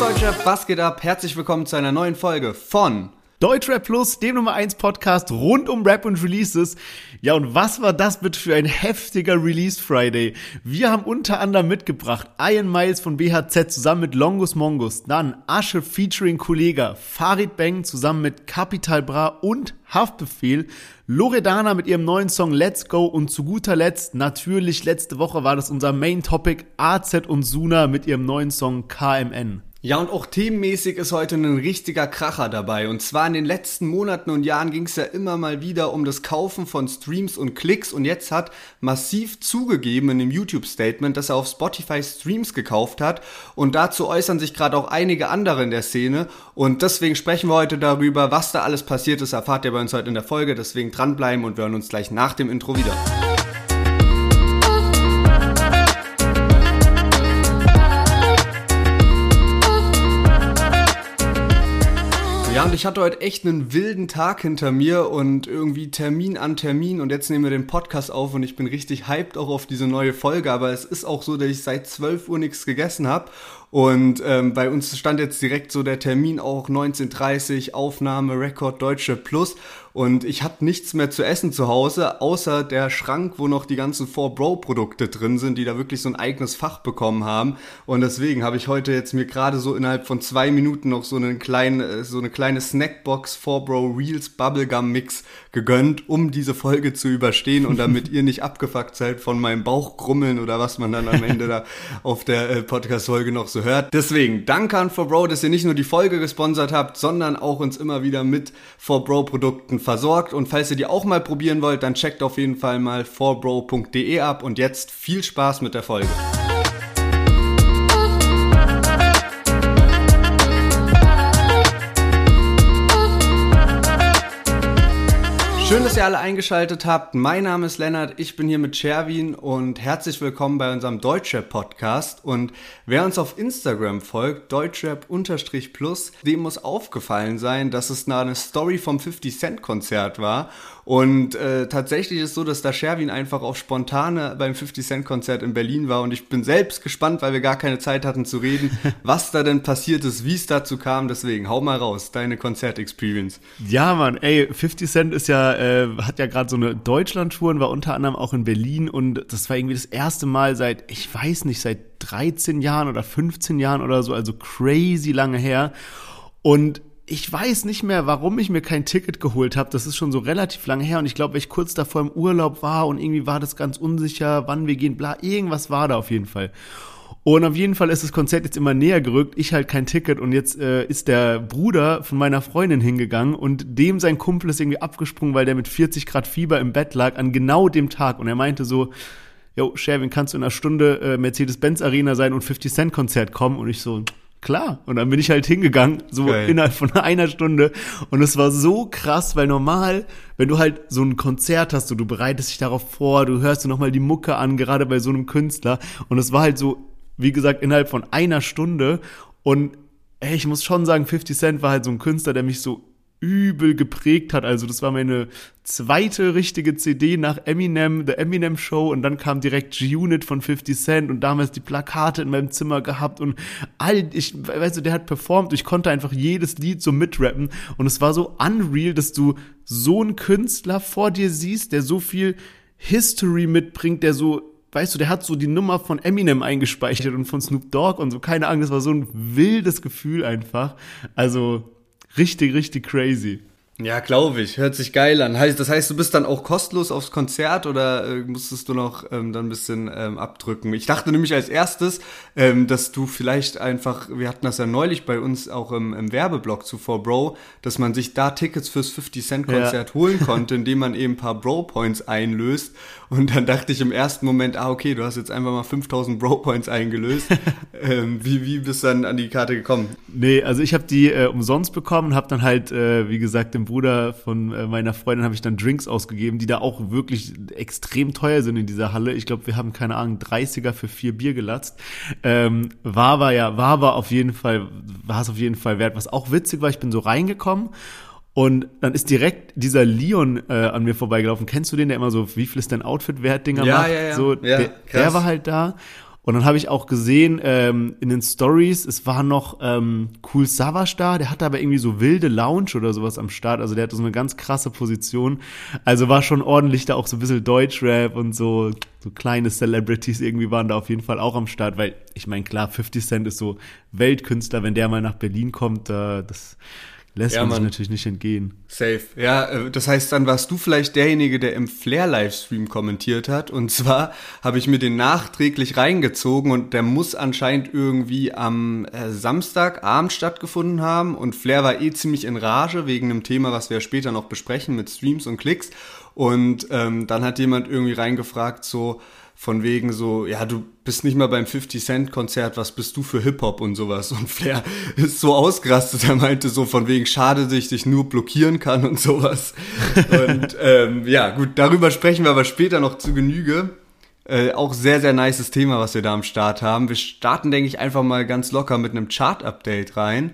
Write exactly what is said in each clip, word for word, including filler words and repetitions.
Deutschrap, was geht ab? Herzlich willkommen zu einer neuen Folge von Deutschrap Plus, dem Nummer eins Podcast rund um Rap und Releases. Ja, und was war das bitte für ein heftiger Release Friday? Wir haben unter anderem mitgebracht Iron Miles von B H Z zusammen mit Longus Mongus, dann Asche featuring Kollega, Farid Bang zusammen mit Capital Bra und Haftbefehl, Loredana mit ihrem neuen Song Let's Go und zu guter Letzt, natürlich letzte Woche war das unser Main Topic, A Z und Suna mit ihrem neuen Song K M N. Ja, und auch themenmäßig ist heute ein richtiger Kracher dabei. Und zwar in den letzten Monaten und Jahren ging es ja immer mal wieder um das Kaufen von Streams und Klicks. Und jetzt hat Massiv zugegeben in dem YouTube-Statement, dass er auf Spotify Streams gekauft hat. Und dazu äußern sich gerade auch einige andere in der Szene. Und deswegen sprechen wir heute darüber, was da alles passiert ist. Erfahrt ihr bei uns heute in der Folge. Deswegen dranbleiben und wir hören uns gleich nach dem Intro wieder. Ja, und ich hatte heute echt einen wilden Tag hinter mir und irgendwie Termin an Termin und jetzt nehmen wir den Podcast auf und ich bin richtig hyped auch auf diese neue Folge, aber es ist auch so, dass ich seit zwölf Uhr nichts gegessen habe und ähm, bei uns stand jetzt direkt so der Termin auch neunzehn Uhr dreißig, Aufnahme, Rekord Deutschrap Plus und ich hatte nichts mehr zu essen zu Hause, außer der Schrank, wo noch die ganzen four Bro Produkte drin sind, die da wirklich so ein eigenes Fach bekommen haben und deswegen habe ich heute jetzt mir gerade so innerhalb von zwei Minuten noch so einen kleinen, so eine kleine Snackbox four Bro Reels Bubblegum Mix gegönnt, um diese Folge zu überstehen und damit ihr nicht abgefuckt seid von meinem Bauchgrummeln oder was man dann am Ende da auf der äh, Podcast-Folge noch so hört. Deswegen, danke an four Bro, dass ihr nicht nur die Folge gesponsert habt, sondern auch uns immer wieder mit four Bro Produkten versorgt und falls ihr die auch mal probieren wollt, dann checkt auf jeden Fall mal four bro punkt de ab und jetzt viel Spaß mit der Folge. Schön, dass ihr alle eingeschaltet habt. Mein Name ist Lennart, ich bin hier mit Sherwin und herzlich willkommen bei unserem Deutschrap-Podcast. Und wer uns auf Instagram folgt, Deutschrap-Plus, dem muss aufgefallen sein, dass es eine Story vom fifty Cent Konzert war. Und äh, tatsächlich ist es so, dass da Sherwin einfach auf Spontane beim fifty Cent Konzert in Berlin war und ich bin selbst gespannt, weil wir gar keine Zeit hatten zu reden, was da denn passiert ist, wie es dazu kam. Deswegen, hau mal raus, deine Konzert-Experience. Ja, Mann, ey, fifty Cent ist ja, äh, hat ja gerade so eine Deutschland-Tour und war unter anderem auch in Berlin und das war irgendwie das erste Mal seit, ich weiß nicht, seit dreizehn Jahren oder fünfzehn Jahren oder so, also crazy lange her und ich weiß nicht mehr, warum ich mir kein Ticket geholt habe. Das ist schon so relativ lange her und ich glaube, weil ich kurz davor im Urlaub war und irgendwie war das ganz unsicher, wann wir gehen, bla, irgendwas war da auf jeden Fall. Und auf jeden Fall ist das Konzert jetzt immer näher gerückt, ich halt kein Ticket und jetzt äh, ist der Bruder von meiner Freundin hingegangen und dem sein Kumpel ist irgendwie abgesprungen, weil der mit vierzig Grad Fieber im Bett lag an genau dem Tag und er meinte so, yo, Sherwin, kannst du in einer Stunde äh, Mercedes-Benz Arena sein und fifty Cent Konzert kommen? Und ich so, klar. Und dann bin ich halt hingegangen, so Geil. Innerhalb von einer Stunde. Und es war so krass, weil normal, wenn du halt so ein Konzert hast, so, du bereitest dich darauf vor, du hörst dir nochmal die Mucke an, gerade bei so einem Künstler. Und es war halt so, wie gesagt, innerhalb von einer Stunde. Und ey, ich muss schon sagen, fifty Cent war halt so ein Künstler, der mich so übel geprägt hat. Also das war meine zweite richtige C D nach Eminem, The Eminem Show und dann kam direkt G-Unit von fifty Cent und damals die Plakate in meinem Zimmer gehabt und all, ich, weißt du, der hat performt, ich konnte einfach jedes Lied so mitrappen und es war so unreal, dass du so einen Künstler vor dir siehst, der so viel History mitbringt, der so, weißt du, der hat so die Nummer von Eminem eingespeichert und von Snoop Dogg und so, keine Ahnung, das war so ein wildes Gefühl einfach, also richtig, richtig crazy. Ja, glaube ich. Hört sich geil an. Das heißt, du bist dann auch kostenlos aufs Konzert oder äh, musstest du noch ähm, dann ein bisschen ähm, abdrücken? Ich dachte nämlich als erstes, ähm, dass du vielleicht einfach, wir hatten das ja neulich bei uns auch im, im Werbeblock zu four Bro, dass man sich da Tickets fürs fifty Cent Konzert ja. holen konnte, indem man eben ein paar Bro-Points einlöst. Und dann dachte ich im ersten Moment, ah okay, du hast jetzt einfach mal fünftausend Bro-Points eingelöst. ähm, wie, wie bist du dann an die Karte gekommen? Nee, also ich habe die äh, umsonst bekommen, habe dann halt, äh, wie gesagt, im Bruder von äh, meiner Freundin habe ich dann Drinks ausgegeben, die da auch wirklich extrem teuer sind in dieser Halle. Ich glaube, wir haben, keine Ahnung, dreißiger für vier Bier gelatzt. Ähm, war aber ja, war aber auf jeden Fall, war es auf jeden Fall wert. Was auch witzig war, ich bin so reingekommen und dann ist direkt dieser Leon äh, an mir vorbeigelaufen. Kennst du den, der immer so, wie viel ist dein Outfit wert, Dinger ja, macht? Ja, ja, so, ja. Der, der war halt da. Und dann habe ich auch gesehen ähm, in den Stories, es war noch ähm, Kool Savas da, der hatte aber irgendwie so wilde Lounge oder sowas am Start, also der hatte so eine ganz krasse Position, also war schon ordentlich da auch so ein bisschen Deutschrap und so, so kleine Celebrities irgendwie waren da auf jeden Fall auch am Start, weil ich meine, klar, fifty Cent ist so Weltkünstler, wenn der mal nach Berlin kommt, äh, das lässt ja, man sich natürlich nicht entgehen. Safe. Ja, das heißt, dann warst du vielleicht derjenige, der im Flair-Livestream kommentiert hat. Und zwar habe ich mir den nachträglich reingezogen und der muss anscheinend irgendwie am äh, Samstagabend stattgefunden haben. Und Flair war eh ziemlich in Rage wegen einem Thema, was wir später noch besprechen mit Streams und Klicks. Und ähm, dann hat jemand irgendwie reingefragt, so von wegen so, ja, du bist nicht mal beim fifty Cent Konzert, was bist du für Hip-Hop und sowas. Und Flair ist so ausgerastet, er meinte so von wegen, schade, dass ich dich nur blockieren kann und sowas. Und ähm, ja, gut, darüber sprechen wir aber später noch zu Genüge. Äh, auch sehr, sehr nices Thema, was wir da am Start haben. Wir starten, denke ich, einfach mal ganz locker mit einem Chart-Update rein.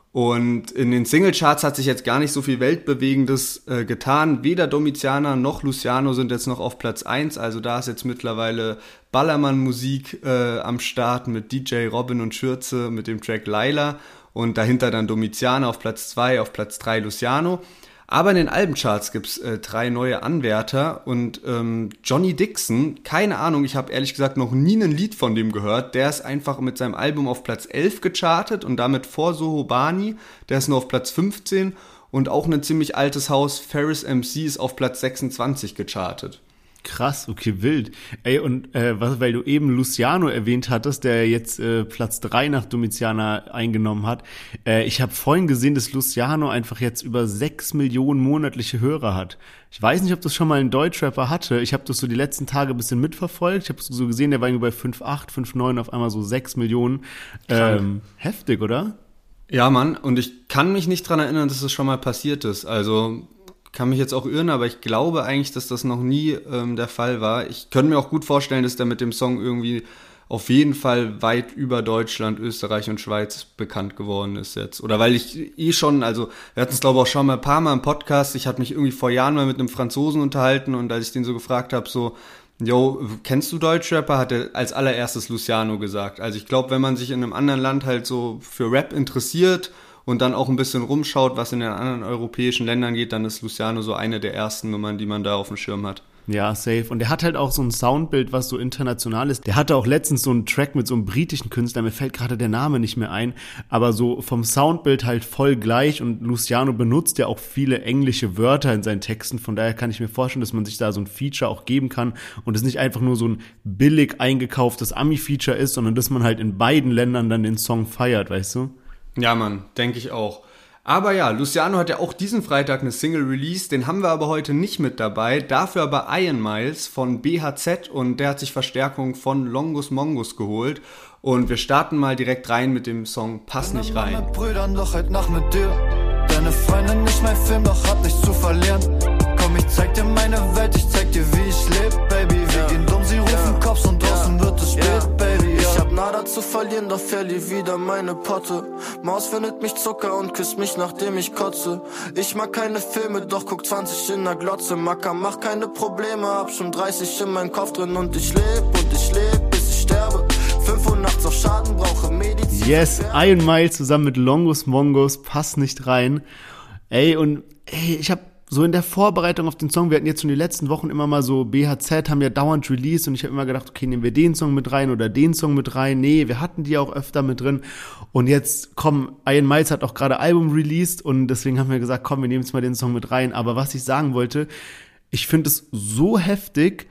Und in den Singlecharts hat sich jetzt gar nicht so viel Weltbewegendes äh, getan. Weder Domitiana noch Luciano sind jetzt noch auf Platz eins. Also da ist jetzt mittlerweile Ballermann-Musik äh, am Start mit D J Robin und Schürze mit dem Track Laila. Und dahinter dann Domitiana auf Platz zwei, auf Platz drei Luciano. Aber in den Albencharts gibt's äh, drei neue Anwärter und ähm, Johnny Dixon, keine Ahnung, ich habe ehrlich gesagt noch nie ein Lied von dem gehört, der ist einfach mit seinem Album auf Platz elf gechartet und damit vor Soho Bani, der ist nur auf Platz fünfzehn und auch ein ziemlich altes Haus, Ferris M C, ist auf Platz sechsundzwanzig gechartet. Krass, okay, wild. Ey, und äh, was, weil du eben Luciano erwähnt hattest, der jetzt äh, Platz drei nach Domitiana eingenommen hat. Äh, ich habe vorhin gesehen, dass Luciano einfach jetzt über sechs Millionen monatliche Hörer hat. Ich weiß nicht, ob das schon mal ein Deutschrapper hatte. Ich habe das so die letzten Tage ein bisschen mitverfolgt. Ich habe so gesehen, der war irgendwie bei fünf Komma acht, fünf Komma neun, auf einmal so sechs Millionen. Ähm, heftig, oder? Ja, Mann, und ich kann mich nicht dran erinnern, dass das schon mal passiert ist. Also kann mich jetzt auch irren, aber ich glaube eigentlich, dass das noch nie ähm, der Fall war. Ich könnte mir auch gut vorstellen, dass der mit dem Song irgendwie auf jeden Fall weit über Deutschland, Österreich und Schweiz bekannt geworden ist jetzt. Oder weil ich eh schon, also wir hatten es glaube ich auch schon mal ein paar Mal im Podcast, ich hatte mich irgendwie vor Jahren mal mit einem Franzosen unterhalten und als ich den so gefragt habe, so, yo, kennst du Deutschrapper, hat er als allererstes Luciano gesagt. Also ich glaube, wenn man sich in einem anderen Land halt so für Rap interessiert und dann auch ein bisschen rumschaut, was in den anderen europäischen Ländern geht, dann ist Luciano so eine der ersten Nummern, die man da auf dem Schirm hat. Ja, safe. Und der hat halt auch so ein Soundbild, was so international ist. Der hatte auch letztens so einen Track mit so einem britischen Künstler, mir fällt gerade der Name nicht mehr ein, aber so vom Soundbild halt voll gleich und Luciano benutzt ja auch viele englische Wörter in seinen Texten, von daher kann ich mir vorstellen, dass man sich da so ein Feature auch geben kann und es nicht einfach nur so ein billig eingekauftes Ami-Feature ist, sondern dass man halt in beiden Ländern dann den Song feiert, weißt du? Ja, Mann, denke ich auch. Aber ja, Luciano hat ja auch diesen Freitag eine Single Release, den haben wir aber heute nicht mit dabei, dafür aber Iron Miles von B H Z und der hat sich Verstärkung von Longus Mongus geholt und wir starten mal direkt rein mit dem Song Pass nicht rein. Meine Brüdern, doch heute Nacht mit dir, deine Freundin nicht mein Film, doch hab nichts zu verlieren. Komm, ich zeig dir meine Welt, ich zeig dir wie ich leb, Baby, wir gehen dumm, sie rufen ja. Cops und draußen ja. Wird es spät, ja. Baby, ja. Ich hab nada zu verlieren, doch verlieh wieder meine Potte. Maus findet mich Zucker und küsst mich, nachdem ich kotze. Ich mag keine Filme, doch guck zwanzig in der Glotze. Macker, mach keine Probleme, hab schon dreißig in meinem Kopf drin und ich leb und ich leb, bis ich sterbe. fünf Uhr nachts auf Schaden, brauche Medizin. Yes, Iron Miles zusammen mit Longus Mongus, passt nicht rein. Ey, und ey, ich hab so in der Vorbereitung auf den Song, wir hatten jetzt schon die letzten Wochen immer mal so, B H Z haben ja dauernd released und ich habe immer gedacht, okay, nehmen wir den Song mit rein oder den Song mit rein. Nee, wir hatten die auch öfter mit drin. Und jetzt, komm, Iron Miles hat auch gerade Album released und deswegen haben wir gesagt, komm, wir nehmen jetzt mal den Song mit rein. Aber was ich sagen wollte, ich finde es so heftig,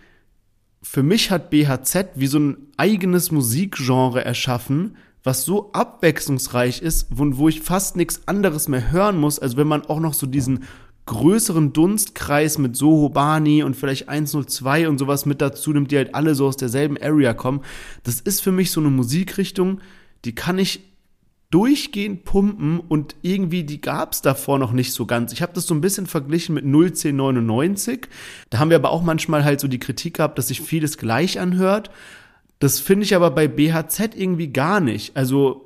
für mich hat B H Z wie so ein eigenes Musikgenre erschaffen, was so abwechslungsreich ist, wo, wo ich fast nichts anderes mehr hören muss, als wenn man auch noch so diesen größeren Dunstkreis mit Soho Bani und vielleicht eins null zwei und sowas mit dazu nimmt, die halt alle so aus derselben Area kommen. Das ist für mich so eine Musikrichtung, die kann ich durchgehend pumpen und irgendwie, die gab's davor noch nicht so ganz. Ich habe das so ein bisschen verglichen mit null zehn neunundneunzig. Da haben wir aber auch manchmal halt so die Kritik gehabt, dass sich vieles gleich anhört. Das finde ich aber bei B H Z irgendwie gar nicht. Also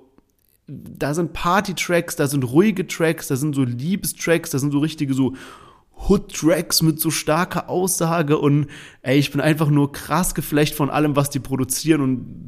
da sind Party-Tracks, da sind ruhige Tracks, da sind so Liebestracks, da sind so richtige so Hood-Tracks mit so starker Aussage und ey, ich bin einfach nur krass geflecht von allem, was die produzieren und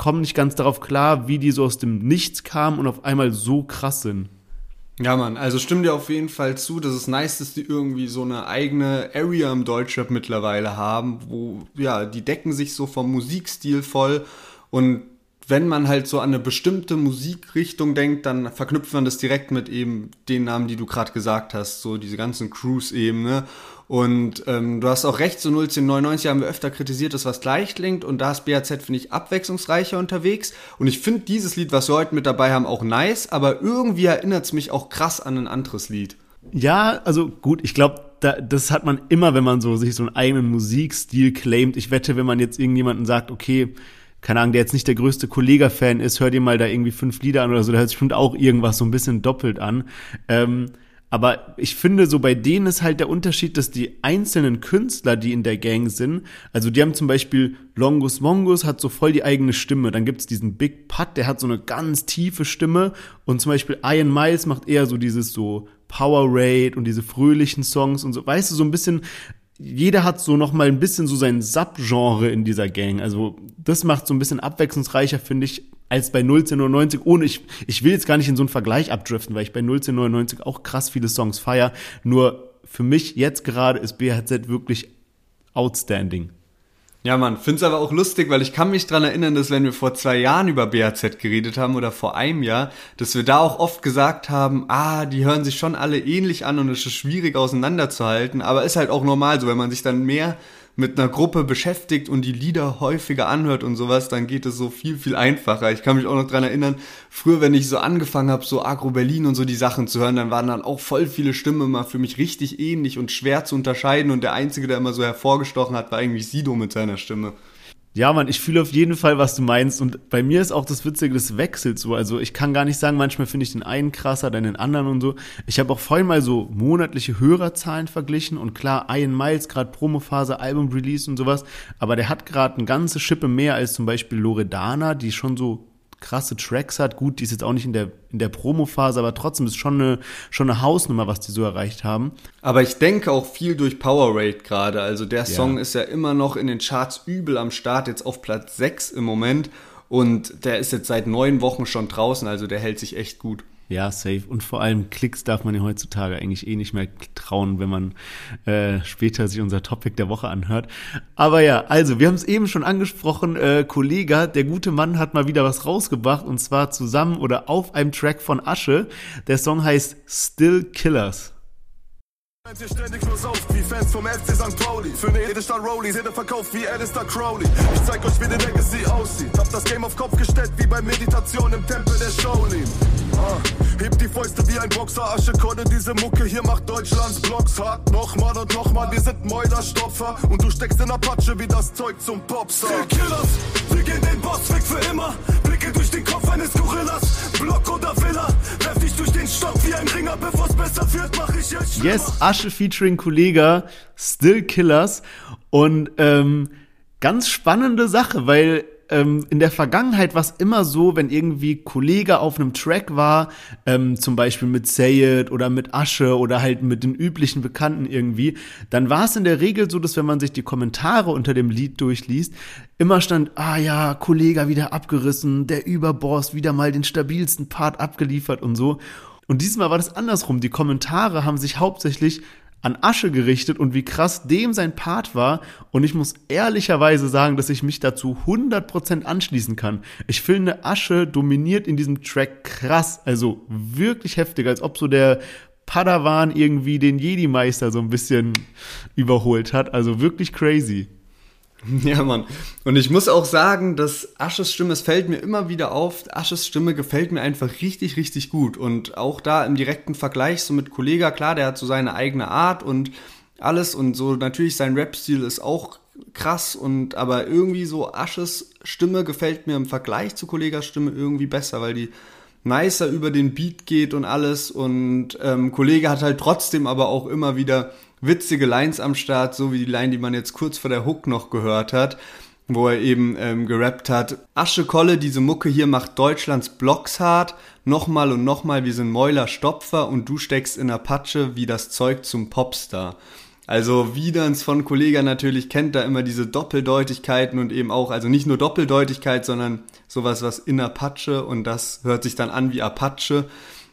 komme nicht ganz darauf klar, wie die so aus dem Nichts kamen und auf einmal so krass sind. Ja, Mann, also stimme dir auf jeden Fall zu, dass es nice ist, dass die irgendwie so eine eigene Area im Deutschrap mittlerweile haben, wo, ja, die decken sich so vom Musikstil voll und wenn man halt so an eine bestimmte Musikrichtung denkt, dann verknüpft man das direkt mit eben den Namen, die du gerade gesagt hast, so diese ganzen Crews eben, ne? Und ähm, du hast auch recht, so null zehn neunundneunzig haben wir öfter kritisiert, dass was gleich klingt und da ist B H Z, finde ich, abwechslungsreicher unterwegs und ich finde dieses Lied, was wir heute mit dabei haben, auch nice, aber irgendwie erinnert es mich auch krass an ein anderes Lied. Ja, also gut, ich glaube, da, das hat man immer, wenn man so sich so einen eigenen Musikstil claimt. Ich wette, wenn man jetzt irgendjemanden sagt, okay, keine Ahnung, der jetzt nicht der größte Kollega-Fan ist, hör dir mal da irgendwie fünf Lieder an oder so, da hört sich bestimmt auch irgendwas so ein bisschen doppelt an. Ähm, aber ich finde, so bei denen ist halt der Unterschied, dass die einzelnen Künstler, die in der Gang sind, also die haben zum Beispiel Longus Mongus hat so voll die eigene Stimme, dann gibt's diesen Big Putt, der hat so eine ganz tiefe Stimme und zum Beispiel Ian Miles macht eher so dieses so Powerade und diese fröhlichen Songs und so, weißt du, so ein bisschen. Jeder hat so noch mal ein bisschen so sein Subgenre in dieser Gang. Also das macht so ein bisschen abwechslungsreicher, finde ich, als bei null zehn neunundneunzig. Ohne ich, ich will jetzt gar nicht in so einen Vergleich abdriften, weil ich bei null zehn neunundneunzig auch krass viele Songs feier. Nur für mich jetzt gerade ist B H Z wirklich outstanding. Ja, Mann, find's aber auch lustig, weil ich kann mich dran erinnern, dass wenn wir vor zwei Jahren über B H Z geredet haben oder vor einem Jahr, dass wir da auch oft gesagt haben, ah, die hören sich schon alle ähnlich an und es ist schwierig auseinanderzuhalten, aber ist halt auch normal so, wenn man sich dann mehr mit einer Gruppe beschäftigt und die Lieder häufiger anhört und sowas, dann geht es so viel, viel einfacher. Ich kann mich auch noch dran erinnern, früher, wenn ich so angefangen habe, so Agro Berlin und so die Sachen zu hören, dann waren dann auch voll viele Stimmen immer für mich richtig ähnlich und schwer zu unterscheiden und der Einzige, der immer so hervorgestochen hat, war eigentlich Sido mit seiner Stimme. Ja, Mann, ich fühle auf jeden Fall, was du meinst. Und bei mir ist auch das Witzige, das wechselt so. Also ich kann gar nicht sagen, manchmal finde ich den einen krasser, dann den anderen und so. Ich habe auch vorhin mal so monatliche Hörerzahlen verglichen. Und klar, Ian Miles, gerade Promophase, Album-Release und sowas. Aber der hat gerade eine ganze Schippe mehr als zum Beispiel Loredana, die schon so krasse Tracks hat. Gut, die ist jetzt auch nicht in der in der Promophase, aber trotzdem ist schon eine schon eine Hausnummer, was die so erreicht haben. Aber ich denke auch viel durch Powerade gerade. Also der Song Ja. ist ja immer noch in den Charts übel am Start, jetzt auf Platz sechs im Moment. Und der ist jetzt seit neun Wochen schon draußen, also der hält sich echt gut. Ja, safe. Und vor allem Klicks darf man ja heutzutage eigentlich eh nicht mehr trauen, wenn man äh, später sich unser Topic der Woche anhört. Aber ja, also, wir haben es eben schon angesprochen, äh, Kollega, der gute Mann hat mal wieder was rausgebracht und zwar zusammen oder auf einem Track von Asche. Der Song heißt Still Killers. Hier ständig nur sauft, wie Fans vom F C Sankt Pauli. Für eine Edelstahl Rollies, jeder verkauft wie Alistair Crowley. Ich zeig euch, wie die Legacy aussieht. Hab das Game auf Kopf gestellt, wie bei Meditation im Tempel der Shaolin. Ah, hebt die Fäuste wie ein Boxer, Aschekolle, diese Mucke hier macht Deutschlands Blocks hart. Nochmal und nochmal, wir sind Mäulerstopfer. Und du steckst in Apache wie das Zeug zum Popstar. Still Killers, wir gehen den Boss weg für immer. Blicke durch den Kopf eines Gorillas. Block oder Villa, werf dich durch den Stock wie ein Ringer. Bevor's besser führt, mach ich jetzt schlimmer. Yes, Asche featuring Kollega, Still Killers. Und ähm, ganz spannende Sache, weil ähm, in der Vergangenheit war es immer so, wenn irgendwie Kollega auf einem Track war, ähm, zum Beispiel mit Say It oder mit Asche oder halt mit den üblichen Bekannten irgendwie, dann war es in der Regel so, dass wenn man sich die Kommentare unter dem Lied durchliest, immer stand, ah ja, Kollega wieder abgerissen, der Überboss wieder mal den stabilsten Part abgeliefert und so. Und diesmal war das andersrum. Die Kommentare haben sich hauptsächlich an Asche gerichtet und wie krass dem sein Part war. Und ich muss ehrlicherweise sagen, dass ich mich dazu hundert Prozent anschließen kann. Ich finde, Asche dominiert in diesem Track krass. Also wirklich heftig, als ob so der Padawan irgendwie den Jedi-Meister so ein bisschen überholt hat. Also wirklich crazy. Ja, Mann. Und ich muss auch sagen, dass Asches Stimme, es fällt mir immer wieder auf, Asches Stimme gefällt mir einfach richtig, richtig gut. Und auch da im direkten Vergleich so mit Kollega, klar, der hat so seine eigene Art und alles und so natürlich sein Rap-Stil ist auch krass und aber irgendwie so Asches Stimme gefällt mir im Vergleich zu Kollegas Stimme irgendwie besser, weil die nicer über den Beat geht und alles und ähm, Kollege hat halt trotzdem aber auch immer wieder witzige Lines am Start, so wie die Line, die man jetzt kurz vor der Hook noch gehört hat, wo er eben ähm, gerappt hat. Asche Kolle, diese Mucke hier macht Deutschlands Blocks hart, nochmal und nochmal, wir sind Mäuler Stopfer und du steckst in Apache wie das Zeug zum Popstar. Also wie man es von Kollega natürlich kennt, da immer diese Doppeldeutigkeiten und eben auch, also nicht nur Doppeldeutigkeit, sondern sowas was in Apache und das hört sich dann an wie Apache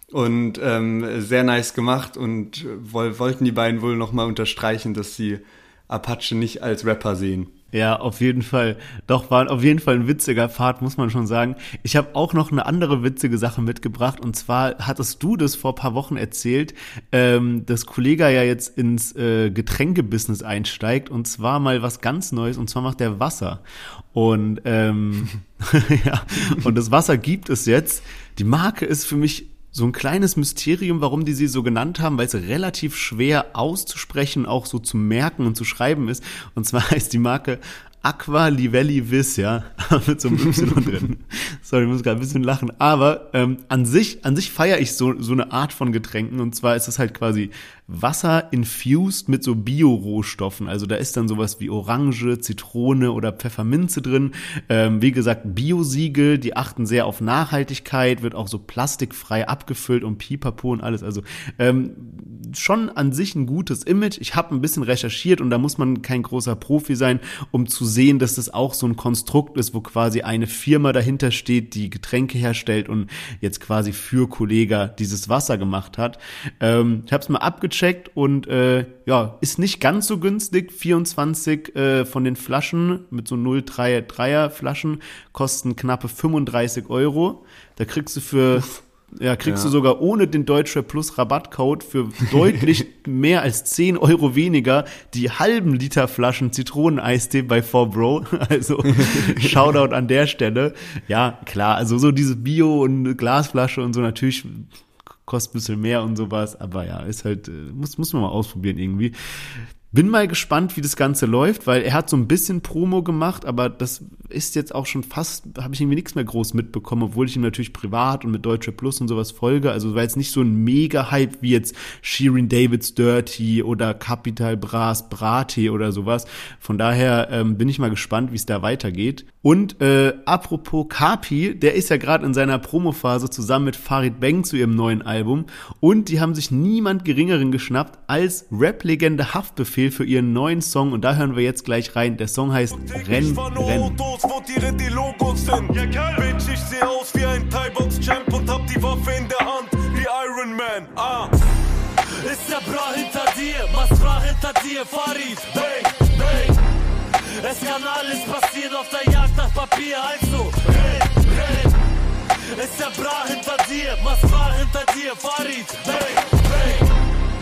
und ähm, sehr nice gemacht und woll, wollten die beiden wohl nochmal unterstreichen, dass sie Apache nicht als Rapper sehen. Ja, auf jeden Fall. Doch, war auf jeden Fall ein witziger Part, muss man schon sagen. Ich habe auch noch eine andere witzige Sache mitgebracht. Und zwar hattest du das vor ein paar Wochen erzählt, ähm, dass Kollega ja jetzt ins äh, Getränkebusiness einsteigt. Und zwar mal was ganz Neues. Und zwar macht der Wasser. Und, ähm, ja, und das Wasser gibt es jetzt. Die Marke ist für mich so ein kleines Mysterium, warum die sie so genannt haben, weil es relativ schwer auszusprechen, auch so zu merken und zu schreiben ist. Und zwar heißt die Marke Aqua Livelli Vis, ja, mit so einem Y drin. Sorry, ich muss gerade ein bisschen lachen. Aber ähm, an sich, an sich feiere ich so so eine Art von Getränken. Und zwar ist es halt quasi Wasser infused mit so Bio-Rohstoffen. Also da ist dann sowas wie Orange, Zitrone oder Pfefferminze drin. Ähm, wie gesagt, Bio-Siegel, die achten sehr auf Nachhaltigkeit, wird auch so plastikfrei abgefüllt und Pipapo und alles. Also ähm, schon an sich ein gutes Image. Ich habe ein bisschen recherchiert und da muss man kein großer Profi sein, um zu sehen, dass das auch so ein Konstrukt ist, wo quasi eine Firma dahinter steht, die Getränke herstellt und jetzt quasi für Kollega dieses Wasser gemacht hat. Ähm, ich habe es mal abgecheckt und äh, ja, ist nicht ganz so günstig. vierundzwanzig äh, von den Flaschen mit so null Komma dreier Flaschen kosten knappe fünfunddreißig Euro. Da kriegst du für Uff. Ja, kriegst ja. du sogar ohne den Deutscher Plus Rabattcode für deutlich mehr als zehn Euro weniger die halben Liter Flaschen Zitroneneistee bei four Bro. Also Shoutout an der Stelle. Ja, klar, also so diese Bio- und Glasflasche und so natürlich kostet ein bisschen mehr und sowas. Aber ja, ist halt, muss, muss man mal ausprobieren irgendwie. Bin mal gespannt, wie das Ganze läuft, weil er hat so ein bisschen Promo gemacht, aber das ist jetzt auch schon fast, habe ich irgendwie nichts mehr groß mitbekommen, obwohl ich ihm natürlich privat und mit Deutsche Plus und sowas folge. Also war jetzt nicht so ein Mega-Hype wie jetzt Shirin David's Dirty oder Capital Bras Brattee oder sowas. Von daher ähm, bin ich mal gespannt, wie es da weitergeht. Und äh, apropos Kapi, der ist ja gerade in seiner Promophase zusammen mit Farid Bang zu ihrem neuen Album und die haben sich niemand Geringeren geschnappt als Rap-Legende Haftbefehl für ihren neuen Song und da hören wir jetzt gleich rein. Der Song heißt Renn, Renn. Wo die, die Logos sind. Ja, Bitch, ich seh aus wie ein Thai-Box-Champ und hab die Waffe in der Hand wie Iron Man. Ah. Ist der Bra hinter dir, Masra hinter dir, Farid, bang, bang. Es kann alles passieren auf der Jagd nach Papier, also renn, renn. Ist der Bra hinter dir, Masra hinter dir, Farid, bang, bang.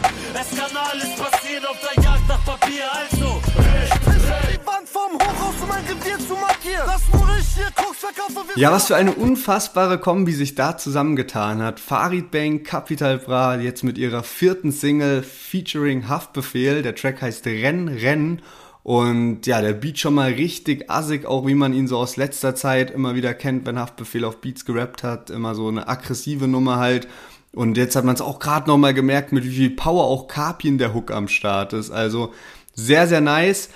Es kann alles passieren auf der Jagd nach Papier, also die Wand vom Hochhaus, um ein Revier zu markieren. Das nur ich hier Koks verkaufe. Ja, was für eine unfassbare Kombi sich da zusammengetan hat. Farid Bang, Capital Bra, jetzt mit ihrer vierten Single featuring Haftbefehl. Der Track heißt Renn, Renn. Und ja, der Beat schon mal richtig assig, auch wie man ihn so aus letzter Zeit immer wieder kennt, wenn Haftbefehl auf Beats gerappt hat. Immer so eine aggressive Nummer halt. Und jetzt hat man es auch gerade nochmal gemerkt, mit wie viel Power auch Kapi in der Hook am Start ist. Also sehr, sehr nice.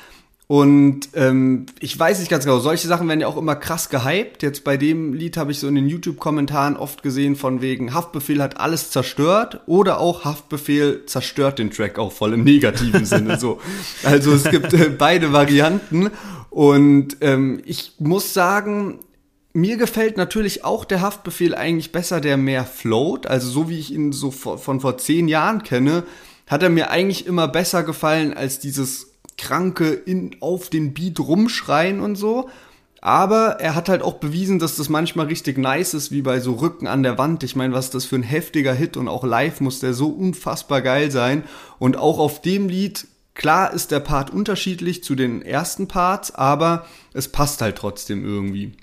Und ähm, ich weiß nicht ganz genau, solche Sachen werden ja auch immer krass gehypt. Jetzt bei dem Lied habe ich so in den YouTube-Kommentaren oft gesehen von wegen Haftbefehl hat alles zerstört oder auch Haftbefehl zerstört den Track auch voll im negativen Sinne. So. Also es gibt äh, beide Varianten. Und ähm, ich muss sagen, mir gefällt natürlich auch der Haftbefehl eigentlich besser, der mehr float. Also so wie ich ihn so von, von vor zehn Jahren kenne, hat er mir eigentlich immer besser gefallen als dieses kranke in, auf den Beat rumschreien und so. Aber er hat halt auch bewiesen, dass das manchmal richtig nice ist, wie bei so Rücken an der Wand. Ich meine, was ist das für ein heftiger Hit und auch live muss der so unfassbar geil sein. Und auch auf dem Lied, klar ist der Part unterschiedlich zu den ersten Parts, aber es passt halt trotzdem irgendwie.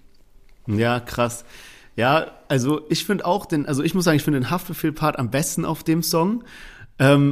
Ja, krass. Ja, also ich finde auch den, also ich muss sagen, ich finde den Haftbefehl-Part am besten auf dem Song. Ähm,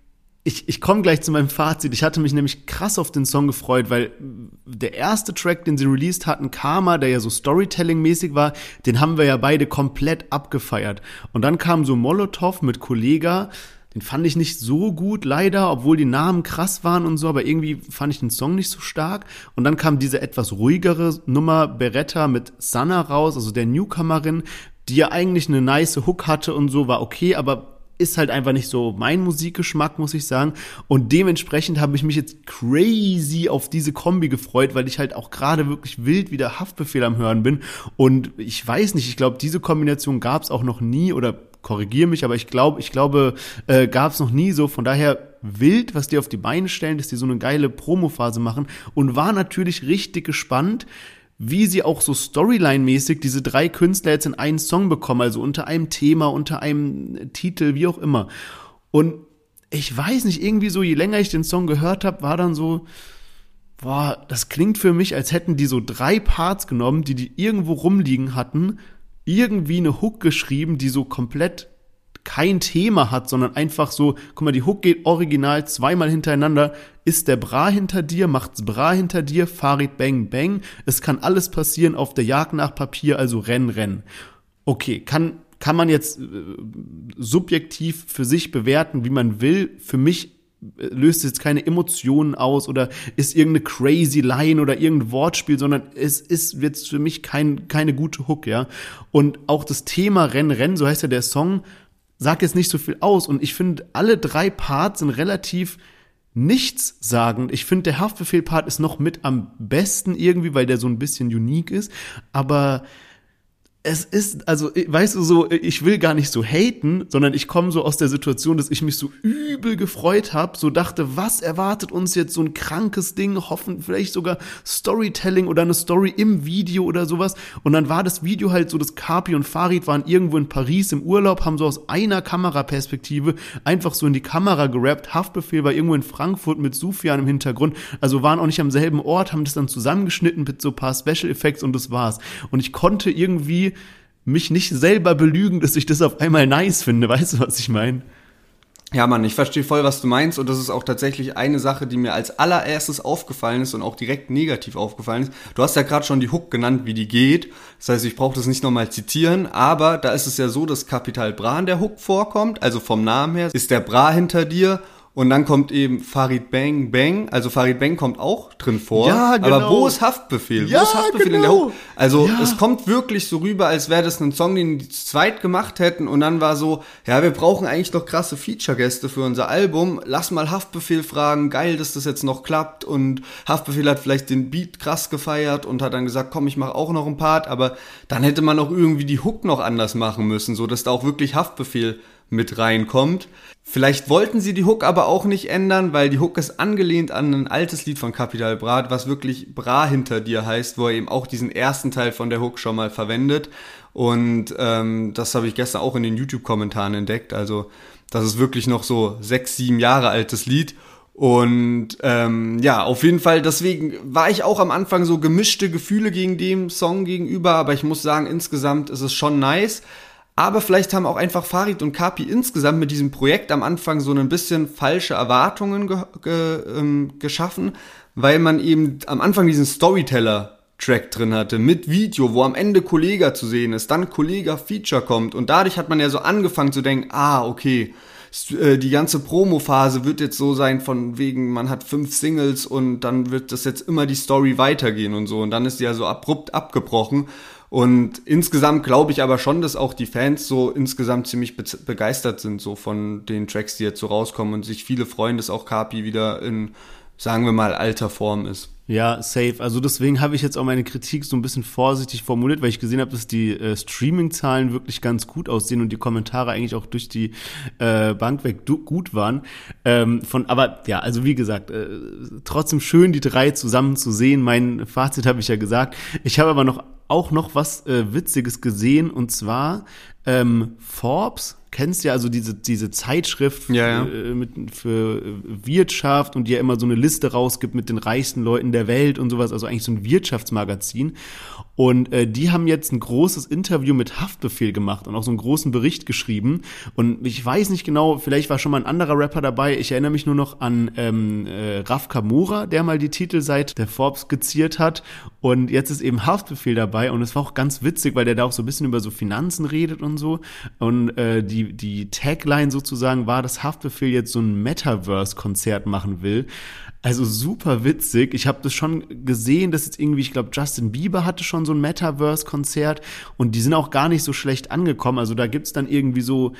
ich ich komme gleich zu meinem Fazit. Ich hatte mich nämlich krass auf den Song gefreut, weil der erste Track, den sie released hatten, Karma, der ja so Storytelling-mäßig war, den haben wir ja beide komplett abgefeiert. Und dann kam so Molotov mit Kollega. Den fand ich nicht so gut, leider, obwohl die Namen krass waren und so, aber irgendwie fand ich den Song nicht so stark. Und dann kam diese etwas ruhigere Nummer Beretta mit Sanna raus, also der Newcomerin, die ja eigentlich eine nice Hook hatte und so, war okay, aber ist halt einfach nicht so mein Musikgeschmack, muss ich sagen. Und dementsprechend habe ich mich jetzt crazy auf diese Kombi gefreut, weil ich halt auch gerade wirklich wild wieder Haftbefehl am Hören bin. Und ich weiß nicht, ich glaube, diese Kombination gab es auch noch nie oder korrigiere mich, aber ich glaube, ich glaube, äh, gab es noch nie so. Von daher wild, was die auf die Beine stellen, dass die so eine geile Promophase machen und war natürlich richtig gespannt, wie sie auch so Storyline-mäßig diese drei Künstler jetzt in einen Song bekommen, also unter einem Thema, unter einem Titel, wie auch immer. Und ich weiß nicht, irgendwie so, je länger ich den Song gehört habe, war dann so, boah, das klingt für mich, als hätten die so drei Parts genommen, die die irgendwo rumliegen hatten, irgendwie eine Hook geschrieben, die so komplett kein Thema hat, sondern einfach so, guck mal, die Hook geht original zweimal hintereinander, ist der Bra hinter dir, macht's Bra hinter dir, Farid Bang Bang, es kann alles passieren auf der Jagd nach Papier, also renn, renn. Okay, kann, kann man jetzt äh, subjektiv für sich bewerten, wie man will, für mich löst jetzt keine Emotionen aus oder ist irgendeine crazy Line oder irgendein Wortspiel, sondern es ist jetzt für mich kein, keine gute Hook, ja. Und auch das Thema Renn, Renn, so heißt ja der Song, sagt jetzt nicht so viel aus. Und ich finde, alle drei Parts sind relativ nichtssagend. Ich finde, der Haftbefehl-Part ist noch mit am besten irgendwie, weil der so ein bisschen unique ist. Aber es ist, also, weißt du, so, ich will gar nicht so haten, sondern ich komme so aus der Situation, dass ich mich so übel gefreut habe, so dachte, was erwartet uns jetzt, so ein krankes Ding, hoffen, vielleicht sogar Storytelling oder eine Story im Video oder sowas. Und dann war das Video halt so, dass Kapi und Farid waren irgendwo in Paris im Urlaub, haben so aus einer Kameraperspektive einfach so in die Kamera gerappt. Haftbefehl war irgendwo in Frankfurt mit Sufjan im Hintergrund, also waren auch nicht am selben Ort, haben das dann zusammengeschnitten mit so ein paar Special Effects und das war's. Und ich konnte irgendwie mich nicht selber belügen, dass ich das auf einmal nice finde. Weißt du, was ich meine? Ja, Mann, ich verstehe voll, was du meinst und das ist auch tatsächlich eine Sache, die mir als allererstes aufgefallen ist und auch direkt negativ aufgefallen ist. Du hast ja gerade schon die Hook genannt, wie die geht. Das heißt, ich brauche das nicht nochmal zitieren, aber da ist es ja so, dass Capital Bra in der Hook vorkommt, also vom Namen her ist der Bra hinter dir. Und dann kommt eben Farid Bang Bang, also Farid Bang kommt auch drin vor, ja, genau. Aber wo ist Haftbefehl? Ja, wo ist Haftbefehl genau. in der Hook? Also ja. Es kommt wirklich so rüber, als wäre das ein Song, den die zu zweit gemacht hätten und dann war so, ja, wir brauchen eigentlich noch krasse Feature-Gäste für unser Album, lass mal Haftbefehl fragen, geil, dass das jetzt noch klappt und Haftbefehl hat vielleicht den Beat krass gefeiert und hat dann gesagt, komm, ich mache auch noch einen Part, aber dann hätte man auch irgendwie die Hook noch anders machen müssen, so dass da auch wirklich Haftbefehl mit reinkommt. Vielleicht wollten sie die Hook aber auch nicht ändern, weil die Hook ist angelehnt an ein altes Lied von Capital Bra, was wirklich Bra hinter dir heißt, wo er eben auch diesen ersten Teil von der Hook schon mal verwendet. Und ähm, das habe ich gestern auch in den YouTube-Kommentaren entdeckt. Also das ist wirklich noch so sechs, sieben Jahre altes Lied. Und ähm, ja, auf jeden Fall, deswegen war ich auch am Anfang so gemischte Gefühle gegen dem Song gegenüber, aber ich muss sagen, insgesamt ist es schon nice. Aber vielleicht haben auch einfach Farid und Kapi insgesamt mit diesem Projekt am Anfang so ein bisschen falsche Erwartungen ge- ge- ähm, geschaffen, weil man eben am Anfang diesen Storyteller-Track drin hatte mit Video, wo am Ende Kollega zu sehen ist, dann Kollega-Feature kommt und dadurch hat man ja so angefangen zu denken, ah, okay, die ganze Promo-Phase wird jetzt so sein von wegen, man hat fünf Singles und dann wird das jetzt immer die Story weitergehen und so und dann ist die ja so abrupt abgebrochen. Und insgesamt glaube ich aber schon, dass auch die Fans so insgesamt ziemlich be- begeistert sind so von den Tracks, die jetzt so rauskommen und sich viele freuen, dass auch Kapi wieder in, sagen wir mal, alter Form ist. Ja, safe. Also deswegen habe ich jetzt auch meine Kritik so ein bisschen vorsichtig formuliert, weil ich gesehen habe, dass die äh, Streaming-Zahlen wirklich ganz gut aussehen und die Kommentare eigentlich auch durch die äh, Bank weg du- gut waren. Ähm, von, aber ja, also wie gesagt, äh, trotzdem schön, die drei zusammen zu sehen. Mein Fazit habe ich ja gesagt. Ich habe aber noch auch noch was äh, Witziges gesehen und zwar ähm, Forbes. Kennst ja also diese diese Zeitschrift ja, ja. Äh, mit, für Wirtschaft und die ja immer so eine Liste rausgibt mit den reichsten Leuten der Welt und sowas, also eigentlich so ein Wirtschaftsmagazin. Und äh, die haben jetzt ein großes Interview mit Haftbefehl gemacht und auch so einen großen Bericht geschrieben. Und ich weiß nicht genau, vielleicht war schon mal ein anderer Rapper dabei. Ich erinnere mich nur noch an ähm, äh, Raf Kamora, der mal die Titelseite der Forbes skizziert hat. Und jetzt ist eben Haftbefehl dabei. Und es war auch ganz witzig, weil der da auch so ein bisschen über so Finanzen redet und so. Und äh, die die Tagline sozusagen war, dass Haftbefehl jetzt so ein Metaverse-Konzert machen will. Also super witzig. Ich habe das schon gesehen, dass jetzt irgendwie, ich glaube, Justin Bieber hatte schon so ein Metaverse-Konzert und die sind auch gar nicht so schlecht angekommen. Also da gibt's dann irgendwie so,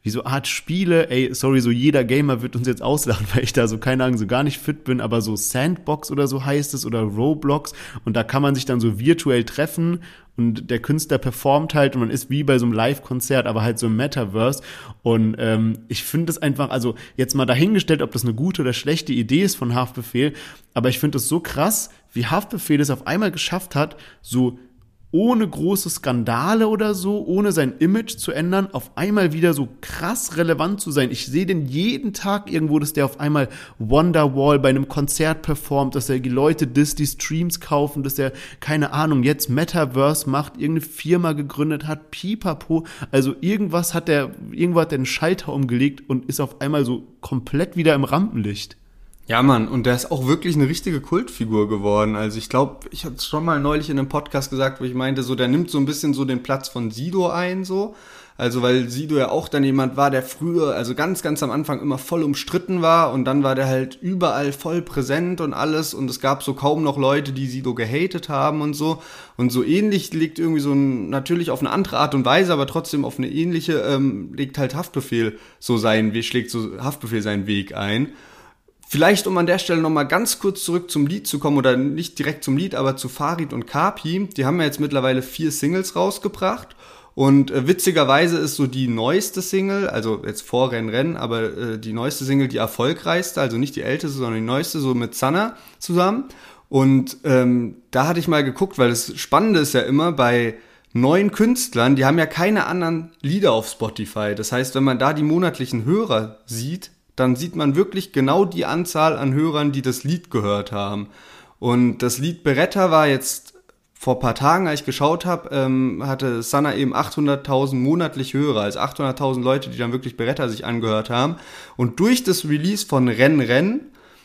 wie so Art Spiele, ey, sorry, so jeder Gamer wird uns jetzt auslachen, weil ich da so, keine Ahnung, so gar nicht fit bin, aber so Sandbox oder so heißt es oder Roblox und da kann man sich dann so virtuell treffen und der Künstler performt halt und man ist wie bei so einem Live-Konzert, aber halt so im Metaverse und ähm, ich finde es einfach, also jetzt mal dahingestellt, ob das eine gute oder schlechte Idee ist von Haftbefehl, aber ich finde es so krass, wie Haftbefehl es auf einmal geschafft hat, so ohne große Skandale oder so, ohne sein Image zu ändern, auf einmal wieder so krass relevant zu sein. Ich sehe den jeden Tag irgendwo, dass der auf einmal Wonderwall bei einem Konzert performt, dass er die Leute disst, die Streams kaufen, dass er, keine Ahnung, jetzt Metaverse macht, irgendeine Firma gegründet hat, pipapo. Also irgendwas hat der, irgendwo hat der einen Schalter umgelegt und ist auf einmal so komplett wieder im Rampenlicht. Ja, Mann, und der ist auch wirklich eine richtige Kultfigur geworden. Also ich glaube, ich hatte es schon mal neulich in einem Podcast gesagt, wo ich meinte, so der nimmt so ein bisschen so den Platz von Sido ein, so. Also weil Sido ja auch dann jemand war, der früher, also ganz, ganz am Anfang immer voll umstritten war und dann war der halt überall voll präsent und alles und es gab so kaum noch Leute, die Sido gehatet haben und so. Und so ähnlich liegt irgendwie so ein, natürlich auf eine andere Art und Weise, aber trotzdem auf eine ähnliche, ähm, legt halt Haftbefehl so seinen Weg, schlägt so Haftbefehl seinen Weg ein. Vielleicht, um an der Stelle nochmal ganz kurz zurück zum Lied zu kommen, oder nicht direkt zum Lied, aber zu Farid und Kapi. Die haben ja jetzt mittlerweile vier Singles rausgebracht. Und äh, witzigerweise ist so die neueste Single, also jetzt vor Renn Renn, aber äh, die neueste Single die erfolgreichste, also nicht die älteste, sondern die neueste, so mit Sanna zusammen. Und ähm, da hatte ich mal geguckt, weil das Spannende ist ja immer bei neuen Künstlern, die haben ja keine anderen Lieder auf Spotify. Das heißt, wenn man da die monatlichen Hörer sieht, dann sieht man wirklich genau die Anzahl an Hörern, die das Lied gehört haben. Und das Lied Beretta war jetzt vor ein paar Tagen, als ich geschaut habe, ähm, hatte Sanna eben achthunderttausend monatlich Hörer, also achthunderttausend Leute, die dann wirklich Beretta sich angehört haben. Und durch das Release von Renn Renn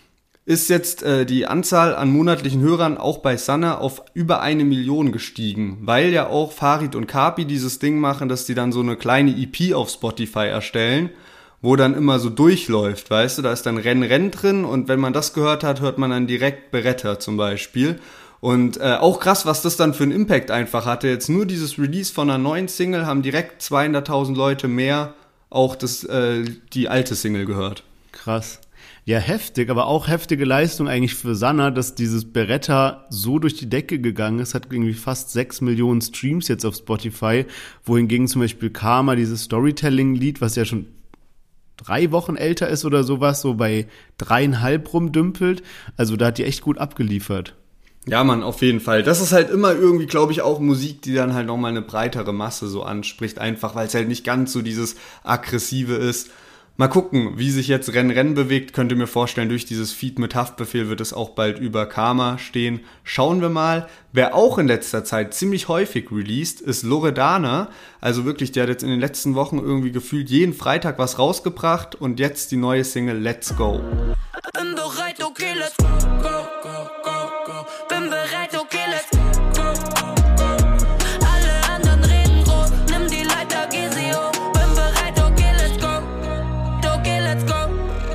ist jetzt äh, die Anzahl an monatlichen Hörern auch bei Sanna auf über eine Million gestiegen, weil ja auch Farid und Kapi dieses Ding machen, dass die dann so eine kleine E P auf Spotify erstellen, wo dann immer so durchläuft, weißt du, da ist dann Renn Renn drin und wenn man das gehört hat, hört man dann direkt Beretta zum Beispiel. Und äh, auch krass, was das dann für einen Impact einfach hatte. Jetzt nur dieses Release von einer neuen Single haben direkt zweihunderttausend Leute mehr auch das, äh, die alte Single gehört. Krass. Ja, heftig, aber auch heftige Leistung eigentlich für Sanna, dass dieses Beretta so durch die Decke gegangen ist, hat irgendwie fast sechs Millionen Streams jetzt auf Spotify, wohingegen zum Beispiel Karma, dieses Storytelling-Lied, was ja schon drei Wochen älter ist oder sowas, so bei dreieinhalb rumdümpelt. Also da hat die echt gut abgeliefert. Ja, Mann, auf jeden Fall. Das ist halt immer irgendwie, glaube ich, auch Musik, die dann halt nochmal eine breitere Masse so anspricht, einfach weil es halt nicht ganz so dieses Aggressive ist. Mal gucken, wie sich jetzt Renn Renn bewegt. Könnt ihr mir vorstellen, durch dieses Feed mit Haftbefehl wird es auch bald über Karma stehen. Schauen wir mal. Wer auch in letzter Zeit ziemlich häufig released, ist Loredana. Also wirklich, der hat jetzt in den letzten Wochen irgendwie gefühlt jeden Freitag was rausgebracht. Und jetzt die neue Single Let's Go. Bin bereit, okay, let's go, go, go, go, go. Bin bereit, okay, let's go, go, go, go. Alle anderen reden groß, nimm die Leiter, geh sie hoch. Bin bereit, okay, let's go, okay, let's go.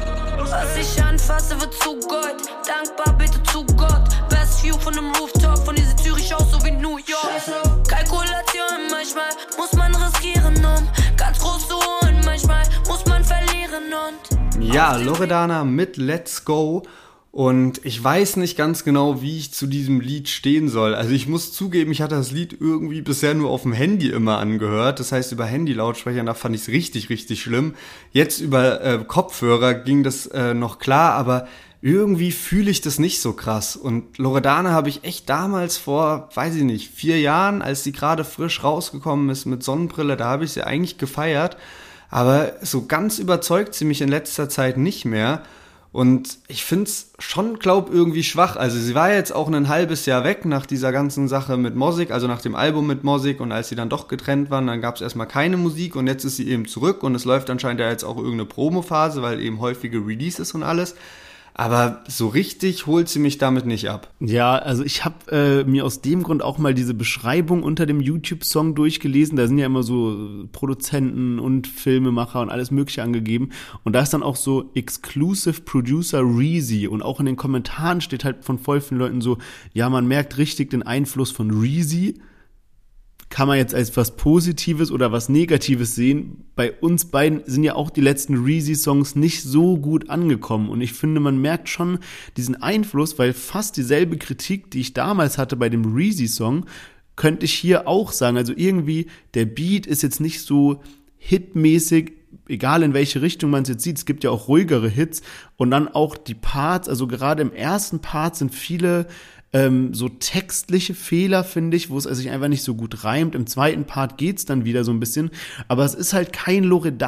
Was ich anfasse, wird zu Gold. Dankbar, bitte zu Gott. Best View von dem Rooftop, von dieser Zürich aus, so wie New York. Kalkulation, manchmal muss man riskieren, um ganz groß zu holen. Manchmal muss man verlieren und ja, Loredana mit Let's Go. Und ich weiß nicht ganz genau, wie ich zu diesem Lied stehen soll. Also ich muss zugeben, ich hatte das Lied irgendwie bisher nur auf dem Handy immer angehört. Das heißt, über Handy-Lautsprecher, da fand ich es richtig, richtig schlimm. Jetzt über äh, Kopfhörer ging das äh, noch klar, aber irgendwie fühle ich das nicht so krass. Und Loredana habe ich echt damals vor, weiß ich nicht, vier Jahren, als sie gerade frisch rausgekommen ist mit Sonnenbrille, da habe ich sie eigentlich gefeiert. Aber so ganz überzeugt sie mich in letzter Zeit nicht mehr. Und ich find's schon, glaub, irgendwie schwach. Also sie war jetzt auch ein halbes Jahr weg nach dieser ganzen Sache mit Mosik, also nach dem Album mit Mosik. Und als sie dann doch getrennt waren, dann gab's erstmal keine Musik. Und jetzt ist sie eben zurück. Und es läuft anscheinend ja jetzt auch irgendeine Promophase, weil eben häufige Releases und alles. Aber so richtig holt sie mich damit nicht ab. Ja, also ich habe äh, mir aus dem Grund auch mal diese Beschreibung unter dem YouTube-Song durchgelesen. Da sind ja immer so Produzenten und Filmemacher und alles Mögliche angegeben. Und da ist dann auch so Exclusive Producer Reezy. Und auch in den Kommentaren steht halt von voll vielen Leuten so, ja, man merkt richtig den Einfluss von Reezy. kann man jetzt als was Positives oder was Negatives sehen. Bei uns beiden sind ja auch die letzten Reezy-Songs nicht so gut angekommen. Und ich finde, man merkt schon diesen Einfluss, weil fast dieselbe Kritik, die ich damals hatte bei dem Reezy-Song, könnte ich hier auch sagen. Also irgendwie, der Beat ist jetzt nicht so hitmäßig, egal in welche Richtung man es jetzt sieht. Es gibt ja auch ruhigere Hits. Und dann auch die Parts, also gerade im ersten Part sind viele ähm, so textliche Fehler, finde ich, wo es also sich einfach nicht so gut reimt. Im zweiten Part geht's dann wieder so ein bisschen. Aber es ist halt kein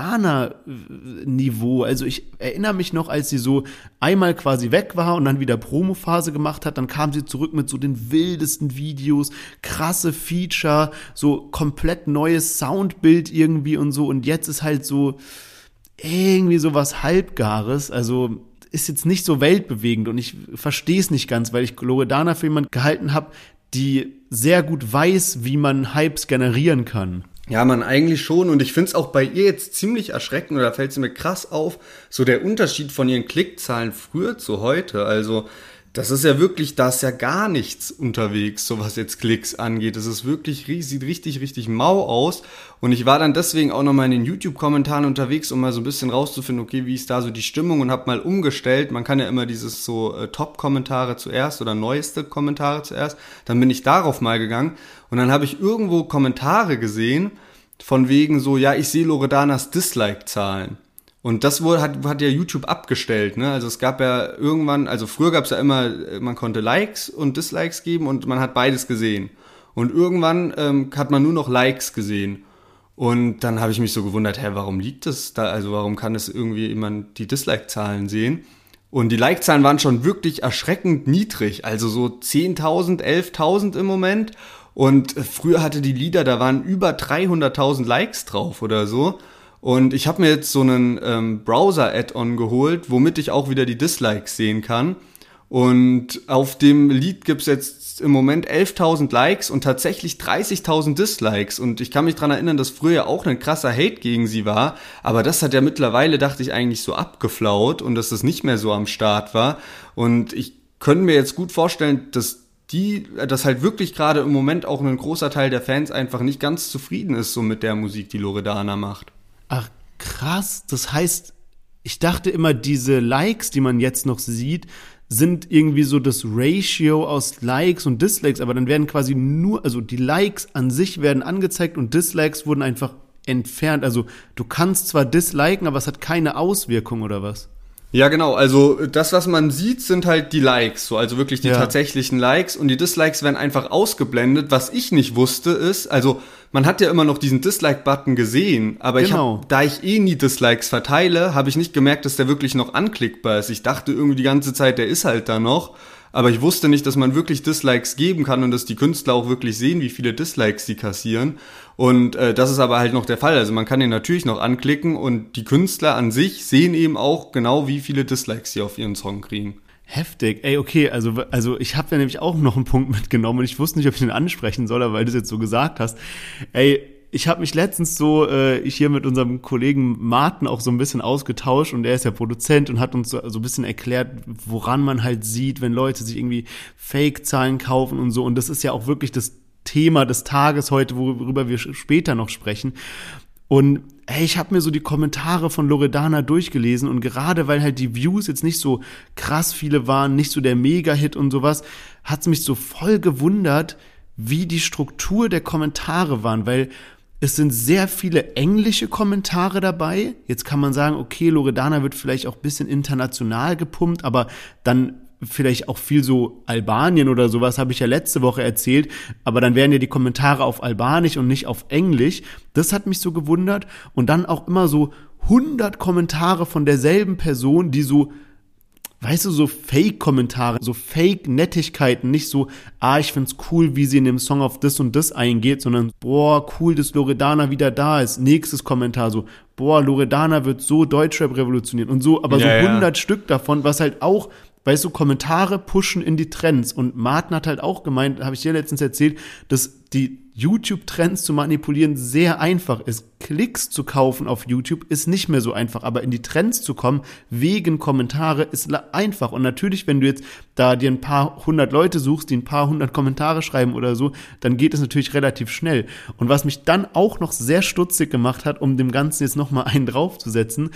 Loredana-Niveau. Also ich erinnere mich noch, als sie so einmal quasi weg war und dann wieder Promophase gemacht hat, dann kam sie zurück mit so den wildesten Videos, krasse Feature, so komplett neues Soundbild irgendwie und so. Und jetzt ist halt so irgendwie so was Halbgares. Also ist jetzt nicht so weltbewegend und ich verstehe es nicht ganz, weil ich Loredana für jemanden gehalten habe, die sehr gut weiß, wie man Hypes generieren kann. Ja, man, eigentlich schon. Und ich finde es auch bei ihr jetzt ziemlich erschreckend, oder fällt es mir krass auf, so der Unterschied von ihren Klickzahlen früher zu heute. Also das ist ja wirklich, da ist ja gar nichts unterwegs, so was jetzt Klicks angeht. Das ist wirklich, sieht richtig, richtig mau aus. Und ich war dann deswegen auch nochmal in den YouTube-Kommentaren unterwegs, um mal so ein bisschen rauszufinden, okay, wie ist da so die Stimmung, und habe mal umgestellt. Man kann ja immer dieses so äh, Top-Kommentare zuerst oder neueste Kommentare zuerst. Dann bin ich darauf mal gegangen und dann habe ich irgendwo Kommentare gesehen von wegen so, ja, ich sehe Loredanas Dislike-Zahlen. Und das wohl hat, hat ja YouTube abgestellt, ne? Also es gab ja irgendwann, also früher gab es ja immer, man konnte Likes und Dislikes geben und man hat beides gesehen. Und irgendwann ähm, hat man nur noch Likes gesehen. Und dann habe ich mich so gewundert, hä, warum liegt das da? Also warum kann das irgendwie jemand die Dislike-Zahlen sehen? Und die Like-Zahlen waren schon wirklich erschreckend niedrig, also so zehntausend, elftausend im Moment. Und früher hatte die Lieder, da waren über dreihunderttausend Likes drauf oder so. Und ich habe mir jetzt so einen ähm, Browser-Add-on geholt, womit ich auch wieder die Dislikes sehen kann. Und auf dem Lied gibt's jetzt im Moment elftausend Likes und tatsächlich dreißigtausend Dislikes. Und ich kann mich dran erinnern, dass früher auch ein krasser Hate gegen sie war. Aber das hat ja mittlerweile, dachte ich, eigentlich so abgeflaut und dass das nicht mehr so am Start war. Und ich könnte mir jetzt gut vorstellen, dass die, dass halt wirklich gerade im Moment auch ein großer Teil der Fans einfach nicht ganz zufrieden ist so mit der Musik, die Loredana macht. Ach, krass. Das heißt, ich dachte immer, diese Likes, die man jetzt noch sieht, sind irgendwie so das Ratio aus Likes und Dislikes, aber dann werden quasi nur, also die Likes an sich werden angezeigt und Dislikes wurden einfach entfernt. Also du kannst zwar disliken, aber es hat keine Auswirkung, oder was? Ja, genau, also das, was man sieht, sind halt die Likes, so, also wirklich die ja. tatsächlichen Likes, und die Dislikes werden einfach ausgeblendet. Was ich nicht wusste ist, also man hat ja immer noch diesen Dislike-Button gesehen, aber genau. ich hab, da ich eh nie Dislikes verteile, habe ich nicht gemerkt, dass der wirklich noch anklickbar ist. Ich dachte irgendwie die ganze Zeit, der ist halt da noch, aber ich wusste nicht, dass man wirklich Dislikes geben kann und dass die Künstler auch wirklich sehen, wie viele Dislikes sie kassieren. Und äh, das ist aber halt noch der Fall. Also man kann den natürlich noch anklicken und die Künstler an sich sehen eben auch genau, wie viele Dislikes sie auf ihren Song kriegen. Heftig. Ey, okay, also also ich habe ja nämlich auch noch einen Punkt mitgenommen und ich wusste nicht, ob ich den ansprechen soll, aber weil du es jetzt so gesagt hast. Ey, ich habe mich letztens so, äh, ich hier mit unserem Kollegen Martin auch so ein bisschen ausgetauscht, und er ist ja Produzent und hat uns so, so ein bisschen erklärt, woran man halt sieht, wenn Leute sich irgendwie Fake-Zahlen kaufen und so. Und das ist ja auch wirklich das Thema des Tages heute, worüber wir später noch sprechen. Und hey, ich habe mir so die Kommentare von Loredana durchgelesen, und gerade weil halt die Views jetzt nicht so krass viele waren, nicht so der Mega-Hit und sowas, hat's mich so voll gewundert, wie die Struktur der Kommentare waren, weil es sind sehr viele englische Kommentare dabei. Jetzt kann man sagen, okay, Loredana wird vielleicht auch ein bisschen international gepumpt, aber dann vielleicht auch viel so Albanien oder sowas, habe ich ja letzte Woche erzählt, aber dann wären ja die Kommentare auf Albanisch und nicht auf Englisch. Das hat mich so gewundert. Und dann auch immer so hundert Kommentare von derselben Person, die so, weißt du, so Fake-Kommentare, so Fake-Nettigkeiten, nicht so, ah, ich find's cool, wie sie in dem Song auf das und das eingeht, sondern, boah, cool, dass Loredana wieder da ist. Nächstes Kommentar so, boah, Loredana wird so Deutschrap revolutionieren und so, aber ja, so hundert ja. Stück davon, was halt auch, weißt du, Kommentare pushen in die Trends. Und Martin hat halt auch gemeint, habe ich dir letztens erzählt, dass die YouTube-Trends zu manipulieren sehr einfach ist. Klicks zu kaufen auf YouTube ist nicht mehr so einfach, aber in die Trends zu kommen wegen Kommentare ist einfach. Und natürlich, wenn du jetzt da dir ein paar hundert Leute suchst, die ein paar hundert Kommentare schreiben oder so, dann geht es natürlich relativ schnell. Und was mich dann auch noch sehr stutzig gemacht hat, um dem Ganzen jetzt nochmal einen draufzusetzen,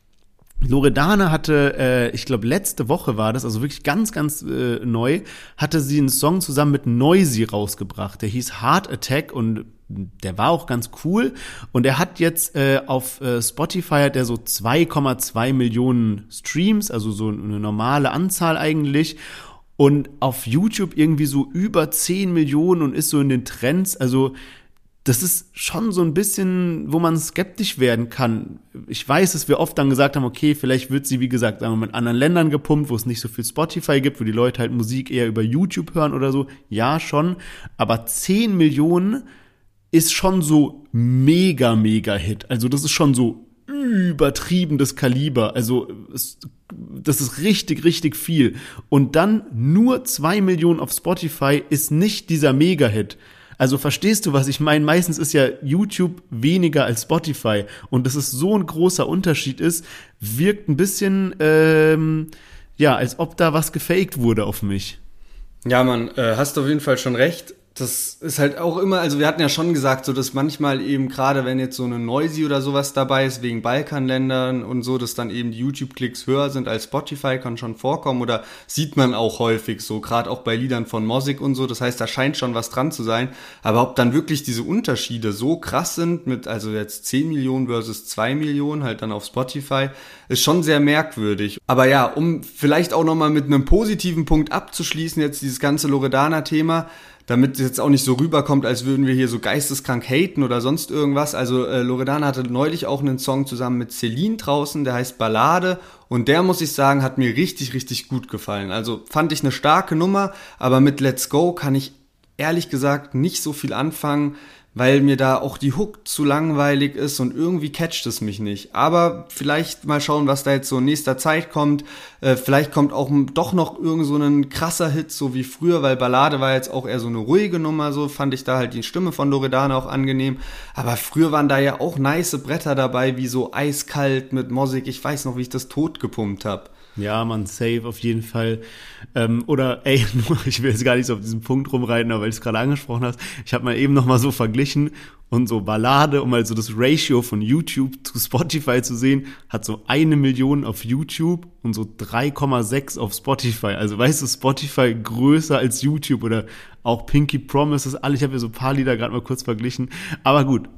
Loredana hatte, äh, ich glaube letzte Woche war das, also wirklich ganz, ganz äh, neu, hatte sie einen Song zusammen mit Noisy rausgebracht. Der hieß Heart Attack und der war auch ganz cool. Und er hat jetzt äh, auf äh, Spotify hat er so zwei Komma zwei Millionen Streams, also so eine normale Anzahl eigentlich. Und auf YouTube irgendwie so über zehn Millionen und ist so in den Trends, also das ist schon so ein bisschen, wo man skeptisch werden kann. Ich weiß, dass wir oft dann gesagt haben, okay, vielleicht wird sie, wie gesagt, sagen wir mal, in anderen Ländern gepumpt, wo es nicht so viel Spotify gibt, wo die Leute halt Musik eher über YouTube hören oder so. Ja, schon. Aber zehn Millionen ist schon so mega, mega Hit. Also das ist schon so übertriebenes Kaliber. Also es, das ist richtig, richtig viel. Und dann nur zwei Millionen auf Spotify ist nicht dieser Mega-Hit. Also verstehst du, was ich meine? Meistens ist ja YouTube weniger als Spotify. Und dass es so ein großer Unterschied ist, wirkt ein bisschen, ähm, ja, als ob da was gefaked wurde auf mich. Ja, Mann, äh, hast du auf jeden Fall schon recht. Das ist halt auch immer, also wir hatten ja schon gesagt, so dass manchmal eben gerade, wenn jetzt so eine Noisy oder sowas dabei ist, wegen Balkanländern und so, dass dann eben die YouTube-Klicks höher sind als Spotify, kann schon vorkommen oder sieht man auch häufig so, gerade auch bei Liedern von Mosik und so, das heißt, da scheint schon was dran zu sein, aber ob dann wirklich diese Unterschiede so krass sind mit, also jetzt zehn Millionen versus zwei Millionen halt dann auf Spotify, ist schon sehr merkwürdig. Aber ja, um vielleicht auch nochmal mit einem positiven Punkt abzuschließen, jetzt dieses ganze Loredana-Thema, damit es jetzt auch nicht so rüberkommt, als würden wir hier so geisteskrank haten oder sonst irgendwas. Also äh, Loredana hatte neulich auch einen Song zusammen mit Celine draußen, der heißt Ballade und der, muss ich sagen, hat mir richtig, richtig gut gefallen. Also fand ich eine starke Nummer, aber mit Let's Go kann ich ehrlich gesagt nicht so viel anfangen, weil mir da auch die Hook zu langweilig ist und irgendwie catcht es mich nicht. Aber vielleicht mal schauen, was da jetzt so in nächster Zeit kommt. Äh, vielleicht kommt auch doch noch irgend so ein krasser Hit, so wie früher, weil Ballade war jetzt auch eher so eine ruhige Nummer, so fand ich da halt die Stimme von Loredana auch angenehm. Aber früher waren da ja auch nice Bretter dabei, wie so Eiskalt mit Mosik. Ich weiß noch, wie ich das tot gepumpt hab. Ja, man, safe auf jeden Fall. Ähm, oder, ey, nur, ich will jetzt gar nicht so auf diesen Punkt rumreiten, aber weil du es gerade angesprochen hast, ich habe mal eben noch mal so verglichen und so Ballade, um mal so das Ratio von YouTube zu Spotify zu sehen, hat so eine Million auf YouTube und so drei Komma sechs auf Spotify. Also weißt du, Spotify größer als YouTube oder auch Pinky Promises, alle, ich habe ja so ein paar Lieder gerade mal kurz verglichen. Aber gut,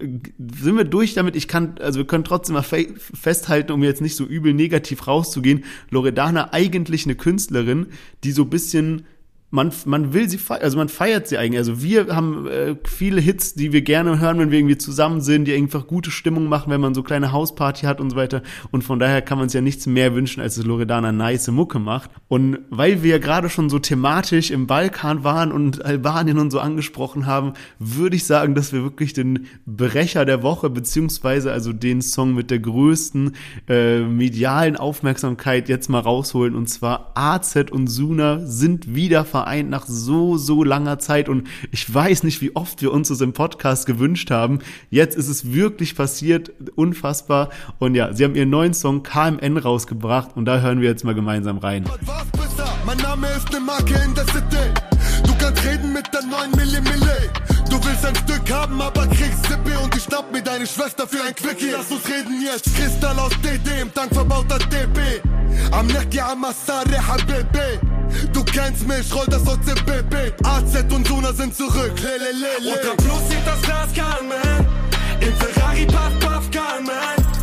sind wir durch damit? Ich kann, also wir können trotzdem mal fe- festhalten, um jetzt nicht so übel negativ rauszugehen, Loredana eigentlich eine Künstlerin, die so ein bisschen, man, man will sie feiern, also man feiert sie eigentlich. Also wir haben äh, viele Hits, die wir gerne hören, wenn wir irgendwie zusammen sind, die einfach gute Stimmung machen, wenn man so kleine Hausparty hat und so weiter. Und von daher kann man es ja nichts mehr wünschen, als dass Loredana nice Mucke macht. Und weil wir ja gerade schon so thematisch im Balkan waren und Albanien und so angesprochen haben, würde ich sagen, dass wir wirklich den Brecher der Woche, beziehungsweise also den Song mit der größten äh, medialen Aufmerksamkeit jetzt mal rausholen. Und zwar A Z und Suna sind wieder vereint nach so, so langer Zeit und ich weiß nicht, wie oft wir uns das im Podcast gewünscht haben. Jetzt ist es wirklich passiert, unfassbar. Und ja, sie haben ihren neuen Song K M N rausgebracht und da hören wir jetzt mal gemeinsam rein. Mein Name ist eine Marke in der City. Du kannst reden mit der neuen Milli Milli. Du willst ein Stück haben, aber kriegst Zippe und ich schnapp mir deine Schwester für ein Quickie. Lass uns reden jetzt. Kristall aus D D im Tank verbauter D B. Am Nechki am Massare Habibi. Du kennst mich, roll das O C B B. A Z und Suna sind zurück. Lele, lele. Unter Plus sieht das Glas Carmen. Im Ferrari Puff Puff Carmen.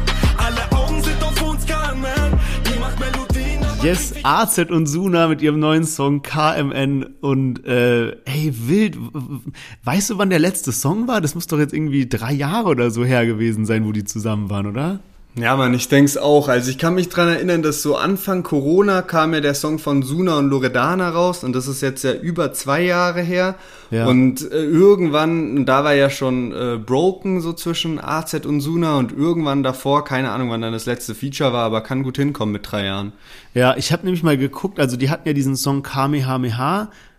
Alle Augen sind auf uns Carmen. Die macht Melodien. Yes, A Z und Suna mit ihrem neuen Song K M N und äh, ey, wild. Weißt du, wann der letzte Song war? Das muss doch jetzt irgendwie drei Jahre oder so her gewesen sein, wo die zusammen waren, oder? Ja, Mann, ich denk's auch. Also ich kann mich dran erinnern, dass so Anfang Corona kam ja der Song von Suna und Loredana raus und das ist jetzt ja über zwei Jahre her. Ja. Und äh, irgendwann, da war ja schon äh, Broken so zwischen A Z und Suna und irgendwann davor, keine Ahnung, wann dann das letzte Feature war, aber kann gut hinkommen mit drei Jahren. Ja, ich habe nämlich mal geguckt, also die hatten ja diesen Song Kamehameha.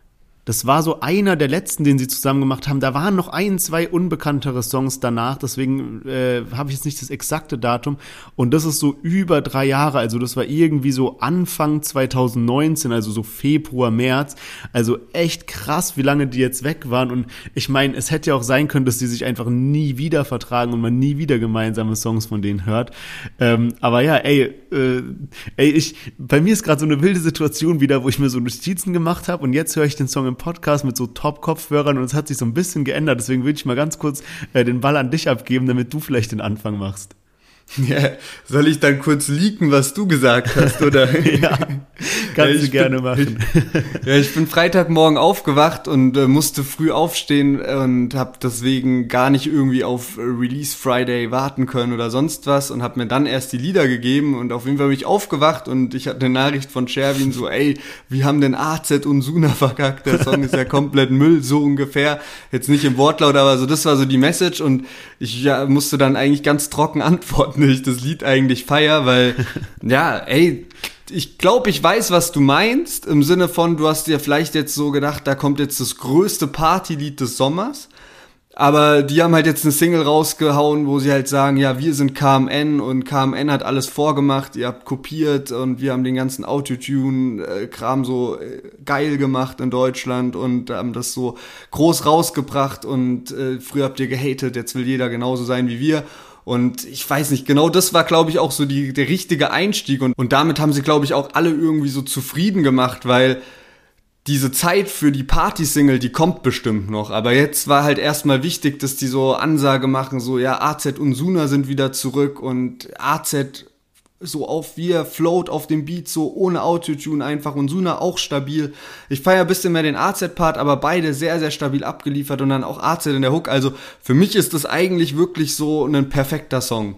das war so einer der letzten, den sie zusammen gemacht haben. Da waren noch ein, zwei unbekanntere Songs danach, deswegen äh, habe ich jetzt nicht das exakte Datum. Und das ist so über drei Jahre, also das war irgendwie so Anfang zwanzig neunzehn, also so Februar, März. Also echt krass, wie lange die jetzt weg waren. Und ich meine, es hätte ja auch sein können, dass die sich einfach nie wieder vertragen und man nie wieder gemeinsame Songs von denen hört. Ähm, aber ja, ey, äh, ey, ich, bei mir ist gerade so eine wilde Situation wieder, wo ich mir so Notizen gemacht habe und jetzt höre ich den Song im Podcast mit so Top-Kopfhörern und es hat sich so ein bisschen geändert. Deswegen würde ich mal ganz kurz äh, den Ball an dich abgeben, damit du vielleicht den Anfang machst. Ja, soll ich dann kurz leaken, was du gesagt hast, oder? Ja, kannst ja, du gerne bin, machen. Ich, ja, ich bin Freitagmorgen aufgewacht und äh, musste früh aufstehen und habe deswegen gar nicht irgendwie auf Release Friday warten können oder sonst was und habe mir dann erst die Lieder gegeben und auf jeden Fall bin ich aufgewacht und ich hatte eine Nachricht von Sherwin so, ey, wir haben den A Z und Suna verkackt, der Song ist ja komplett Müll, so ungefähr. Jetzt nicht im Wortlaut, aber so, das war so die Message und ich ja, musste dann eigentlich ganz trocken antworten, ich das Lied eigentlich feier, weil, ja, ey, ich glaube, ich weiß, was du meinst, im Sinne von, du hast dir vielleicht jetzt so gedacht, da kommt jetzt das größte Partylied des Sommers, aber die haben halt jetzt eine Single rausgehauen, wo sie halt sagen, ja, wir sind K M N und K M N hat alles vorgemacht, ihr habt kopiert und wir haben den ganzen Autotune-Kram so geil gemacht in Deutschland und haben das so groß rausgebracht und äh, früher habt ihr gehatet, jetzt will jeder genauso sein wie wir. Und ich weiß nicht, genau das war, glaube ich, auch so die, der richtige Einstieg. Und, und damit haben sie, glaube ich, auch alle irgendwie so zufrieden gemacht, weil diese Zeit für die Party-Single, die kommt bestimmt noch. Aber jetzt war halt erstmal wichtig, dass die so Ansage machen, so, ja, A Z und Suna sind wieder zurück und A Z so auf wie er float auf dem Beat, so ohne Autotune einfach und Suna auch stabil. Ich feiere ein bisschen mehr den A Z-Part, aber beide sehr, sehr stabil abgeliefert und dann auch A Z in der Hook. Also für mich ist das eigentlich wirklich so ein perfekter Song.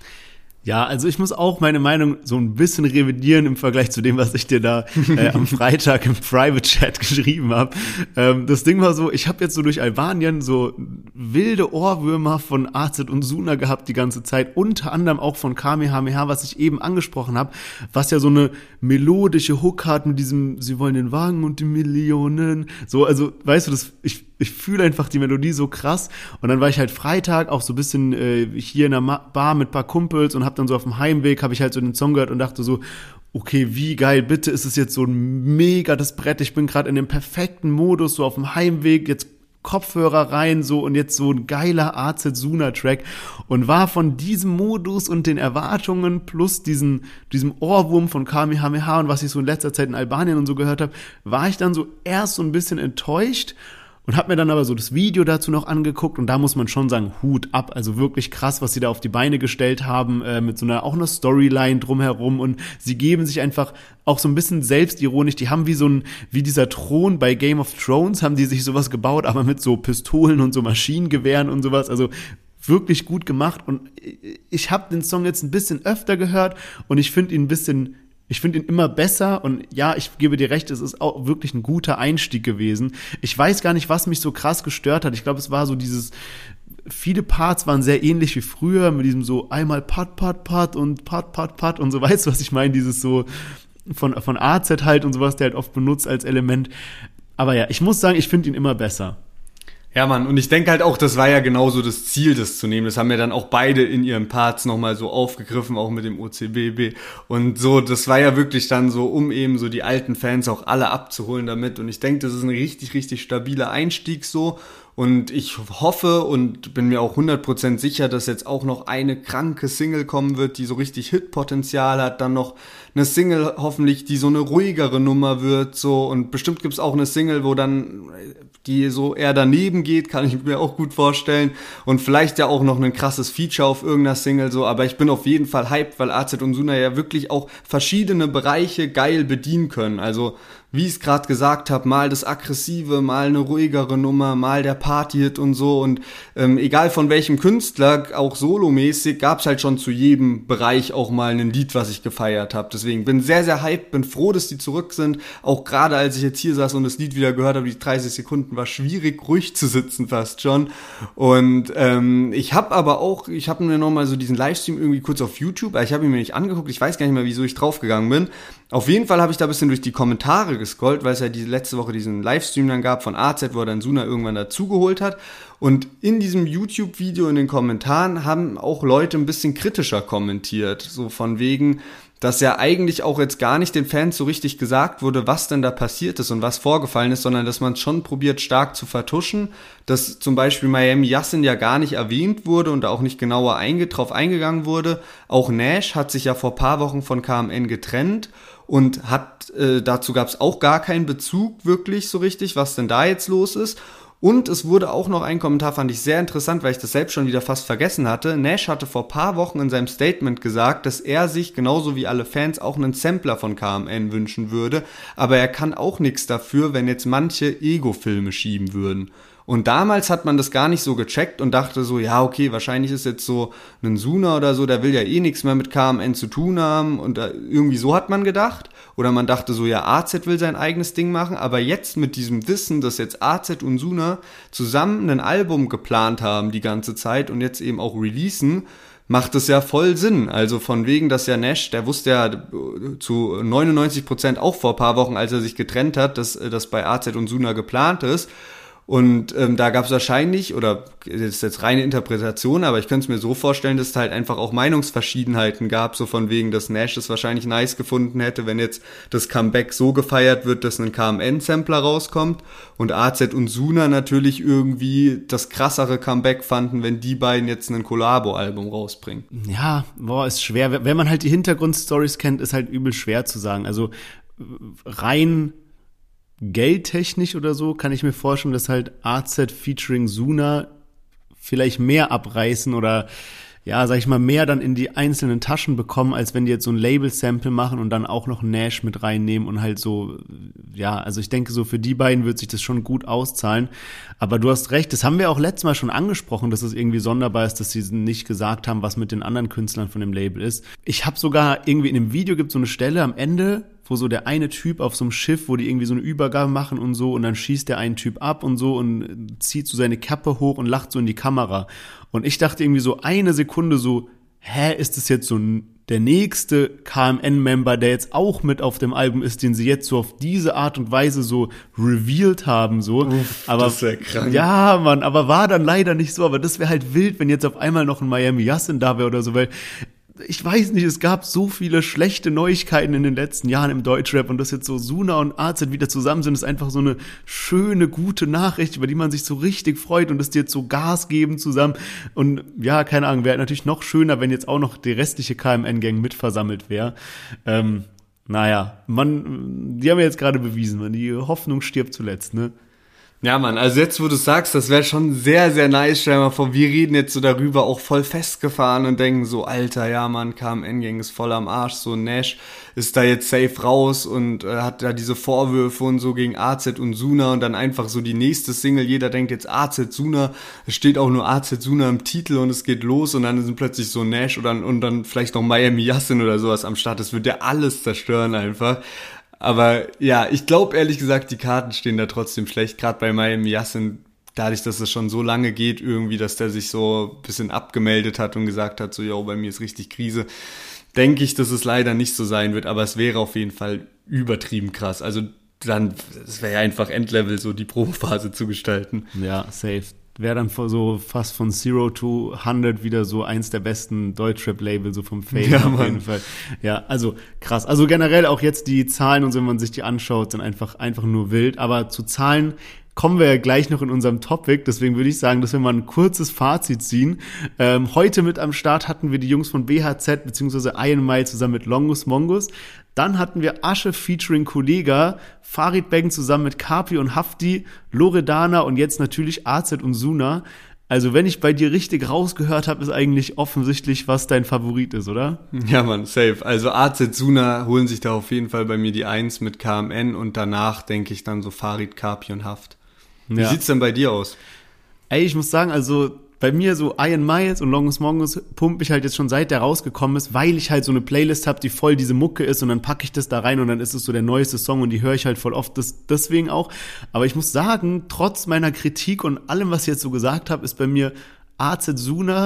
Ja, also ich muss auch meine Meinung so ein bisschen revidieren im Vergleich zu dem, was ich dir da äh, am Freitag im Private Chat geschrieben habe. Ähm, das Ding war so, ich habe jetzt so durch Albanien so wilde Ohrwürmer von A Z und Suna gehabt die ganze Zeit, unter anderem auch von Kamehameha, was ich eben angesprochen habe, was ja so eine melodische Hook hat mit diesem, sie wollen den Wagen und die Millionen. So, also weißt du, das ich ich fühle einfach die Melodie so krass und dann war ich halt Freitag auch so ein bisschen äh, hier in der Bar mit ein paar Kumpels und hab dann so auf dem Heimweg, habe ich halt so den Song gehört und dachte so, okay, wie geil, bitte ist es jetzt so ein mega das Brett, ich bin gerade in dem perfekten Modus, so auf dem Heimweg, jetzt Kopfhörer rein, so und jetzt so ein geiler A Z-Suna-Track und war von diesem Modus und den Erwartungen plus diesen, diesem Ohrwurm von Kamehameha und was ich so in letzter Zeit in Albanien und so gehört habe, war ich dann so erst so ein bisschen enttäuscht und hab mir dann aber so das Video dazu noch angeguckt und da muss man schon sagen, Hut ab, also wirklich krass, was sie da auf die Beine gestellt haben, äh, mit so einer, auch einer Storyline drumherum und sie geben sich einfach auch so ein bisschen selbstironisch, die haben wie so ein, wie dieser Thron bei Game of Thrones, haben die sich sowas gebaut, aber mit so Pistolen und so Maschinengewehren und sowas, also wirklich gut gemacht und ich habe den Song jetzt ein bisschen öfter gehört und ich finde ihn ein bisschen Ich finde ihn immer besser und ja, ich gebe dir recht, es ist auch wirklich ein guter Einstieg gewesen. Ich weiß gar nicht, was mich so krass gestört hat. Ich glaube, es war so dieses, viele Parts waren sehr ähnlich wie früher, mit diesem so einmal Pat, Pat, Pat und Pat, Pat, Pat und so, weißt du, was ich meine? Dieses so von, von A Z halt und sowas, der halt oft benutzt als Element. Aber ja, ich muss sagen, ich finde ihn immer besser. Ja, Mann, und ich denke halt auch, das war ja genauso das Ziel, das zu nehmen. Das haben ja dann auch beide in ihren Parts nochmal so aufgegriffen, auch mit dem O C B B. Und so, das war ja wirklich dann so, um eben so die alten Fans auch alle abzuholen damit. Und ich denke, das ist ein richtig, richtig stabiler Einstieg so. Und ich hoffe und bin mir auch hundert Prozent sicher, dass jetzt auch noch eine kranke Single kommen wird, die so richtig Hitpotenzial hat. Dann noch eine Single hoffentlich, die so eine ruhigere Nummer wird. So. Und bestimmt gibt's auch eine Single, wo dann die so eher daneben geht, kann ich mir auch gut vorstellen. Und vielleicht ja auch noch ein krasses Feature auf irgendeiner Single. So. Aber ich bin auf jeden Fall hyped, weil A Z und Suna ja wirklich auch verschiedene Bereiche geil bedienen können. Also wie ich es gerade gesagt habe, mal das Aggressive, mal eine ruhigere Nummer, mal der Party-Hit und so. Und ähm, egal von welchem Künstler, auch solomäßig, gab es halt schon zu jedem Bereich auch mal ein Lied, was ich gefeiert habe. Deswegen bin sehr, sehr hyped, bin froh, dass die zurück sind. Auch gerade als ich jetzt hier saß und das Lied wieder gehört habe, die dreißig Sekunden, war schwierig, ruhig zu sitzen fast schon. Und ähm, ich habe aber auch, ich habe mir nochmal so diesen Livestream irgendwie kurz auf YouTube, ich habe ihn mir nicht angeguckt, ich weiß gar nicht mehr, wieso ich draufgegangen bin. Auf jeden Fall habe ich da ein bisschen durch die Kommentare gescrollt, weil es ja die letzte Woche diesen Livestream dann gab von A Z, wo er dann Suna irgendwann dazugeholt hat. Und in diesem YouTube-Video in den Kommentaren haben auch Leute ein bisschen kritischer kommentiert. So von wegen, dass ja eigentlich auch jetzt gar nicht den Fans so richtig gesagt wurde, was denn da passiert ist und was vorgefallen ist, sondern dass man es schon probiert stark zu vertuschen, dass zum Beispiel Miami Yassin ja gar nicht erwähnt wurde und da auch nicht genauer einge- drauf eingegangen wurde. Auch Nash hat sich ja vor paar Wochen von K M N getrennt und hat äh, dazu gab es auch gar keinen Bezug wirklich so richtig, was denn da jetzt los ist. Und es wurde auch noch ein Kommentar, fand ich sehr interessant, weil ich das selbst schon wieder fast vergessen hatte. Nash hatte vor paar Wochen in seinem Statement gesagt, dass er sich, genauso wie alle Fans, auch einen Sampler von K M N wünschen würde. Aber er kann auch nichts dafür, wenn jetzt manche Ego-Filme schieben würden. Und damals hat man das gar nicht so gecheckt und dachte so, ja okay, wahrscheinlich ist jetzt so ein Suna oder so, der will ja eh nichts mehr mit K M N zu tun haben und da, irgendwie so hat man gedacht. Oder man dachte so, ja, A Z will sein eigenes Ding machen, aber jetzt mit diesem Wissen, dass jetzt A Z und Suna zusammen ein Album geplant haben die ganze Zeit und jetzt eben auch releasen, macht es ja voll Sinn. Also von wegen, dass ja Nash, der wusste ja zu neunundneunzig Prozent auch vor ein paar Wochen, als er sich getrennt hat, dass das bei A Z und Suna geplant ist. Und ähm, da gab es wahrscheinlich, oder das ist jetzt reine Interpretation, aber ich könnte es mir so vorstellen, dass es halt einfach auch Meinungsverschiedenheiten gab, so von wegen, dass Nash es wahrscheinlich nice gefunden hätte, wenn jetzt das Comeback so gefeiert wird, dass ein K M N-Sampler rauskommt und A Z und Suna natürlich irgendwie das krassere Comeback fanden, wenn die beiden jetzt ein Collabo-Album rausbringen. Ja, boah, ist schwer. Wenn man halt die Hintergrundstories kennt, ist halt übel schwer zu sagen. Also rein geldtechnisch oder so kann ich mir vorstellen, dass halt A Z featuring Suna vielleicht mehr abreißen oder ja, sag ich mal, mehr dann in die einzelnen Taschen bekommen, als wenn die jetzt so ein Label-Sample machen und dann auch noch Nash mit reinnehmen und halt so, ja, also ich denke so für die beiden wird sich das schon gut auszahlen, aber du hast recht, das haben wir auch letztes Mal schon angesprochen, dass es irgendwie sonderbar ist, dass sie nicht gesagt haben, was mit den anderen Künstlern von dem Label ist. Ich habe sogar irgendwie in dem Video gibt so eine Stelle am Ende, wo so der eine Typ auf so einem Schiff, wo die irgendwie so eine Übergabe machen und so und dann schießt der einen Typ ab und so und zieht so seine Kappe hoch und lacht so in die Kamera. Und ich dachte irgendwie so eine Sekunde so, hä, ist das jetzt so der nächste K M N-Member, der jetzt auch mit auf dem Album ist, den sie jetzt so auf diese Art und Weise so revealed haben, so. Uff, aber das ist ja krank. Ja, Mann, aber war dann leider nicht so. Aber das wäre halt wild, wenn jetzt auf einmal noch ein Miami Yassin da wäre oder so, weil ich weiß nicht, es gab so viele schlechte Neuigkeiten in den letzten Jahren im Deutschrap und dass jetzt so Suna und A Z wieder zusammen sind, ist einfach so eine schöne, gute Nachricht, über die man sich so richtig freut und dass die jetzt so Gas geben zusammen und ja, keine Ahnung, wäre natürlich noch schöner, wenn jetzt auch noch die restliche K M N-Gang mitversammelt wäre. Ähm, naja, man, die haben ja jetzt gerade bewiesen, man, die Hoffnung stirbt zuletzt, ne? Ja, Mann, also jetzt, wo du sagst, das wäre schon sehr, sehr nice. Stell dir mal vor, wir reden jetzt so darüber, auch voll festgefahren und denken so, Alter, ja, Mann, K M N-Gang ist voll am Arsch, so Nash ist da jetzt safe raus und äh, hat da diese Vorwürfe und so gegen A Z und Suna und dann einfach so die nächste Single, jeder denkt jetzt A Z, Suna, es steht auch nur A Z, Suna im Titel und es geht los und dann sind plötzlich so Nash oder, und dann vielleicht noch Miami Yassin oder sowas am Start. Das wird ja alles zerstören einfach. Aber ja, ich glaube ehrlich gesagt, die Karten stehen da trotzdem schlecht, gerade bei Miami Yassin, dadurch, dass es schon so lange geht irgendwie, dass der sich so ein bisschen abgemeldet hat und gesagt hat, so, yo, bei mir ist richtig Krise, denke ich, dass es leider nicht so sein wird, aber es wäre auf jeden Fall übertrieben krass. Also dann, es wäre ja einfach Endlevel, so die Promophase zu gestalten. Ja, safe. Wäre dann so fast von Zero to hundred wieder so eins der besten Deutschrap-Label, so vom Fame ja, auf Mann. jeden Fall. Ja, also krass. Also generell auch jetzt die Zahlen und so, wenn man sich die anschaut, sind einfach, einfach nur wild. Aber zu Zahlen kommen wir ja gleich noch in unserem Topic. Deswegen würde ich sagen, dass wir mal ein kurzes Fazit ziehen. Ähm, heute mit am Start hatten wir die Jungs von B H Z beziehungsweise Iron Mile zusammen mit Longus Mongus. Dann hatten wir Asche featuring Kollega, Farid Bang zusammen mit Kapi und Hafti, Loredana und jetzt natürlich A Z und Suna. Also wenn ich bei dir richtig rausgehört habe, ist eigentlich offensichtlich, was dein Favorit ist, oder? Ja, Mann, safe. Also A Z, Suna holen sich da auf jeden Fall bei mir die Eins mit K M N und danach denke ich dann so Farid, Kapi und Haft. Wie Ja. sieht's denn bei dir aus? Ey, ich muss sagen, also bei mir so Iron Miles und Longus Mongus pumpe ich halt jetzt schon seit der rausgekommen ist, weil ich halt so eine Playlist habe, die voll diese Mucke ist und dann packe ich das da rein und dann ist es so der neueste Song und die höre ich halt voll oft, das, deswegen auch. Aber ich muss sagen, trotz meiner Kritik und allem, was ich jetzt so gesagt habe, ist bei mir A Z Suna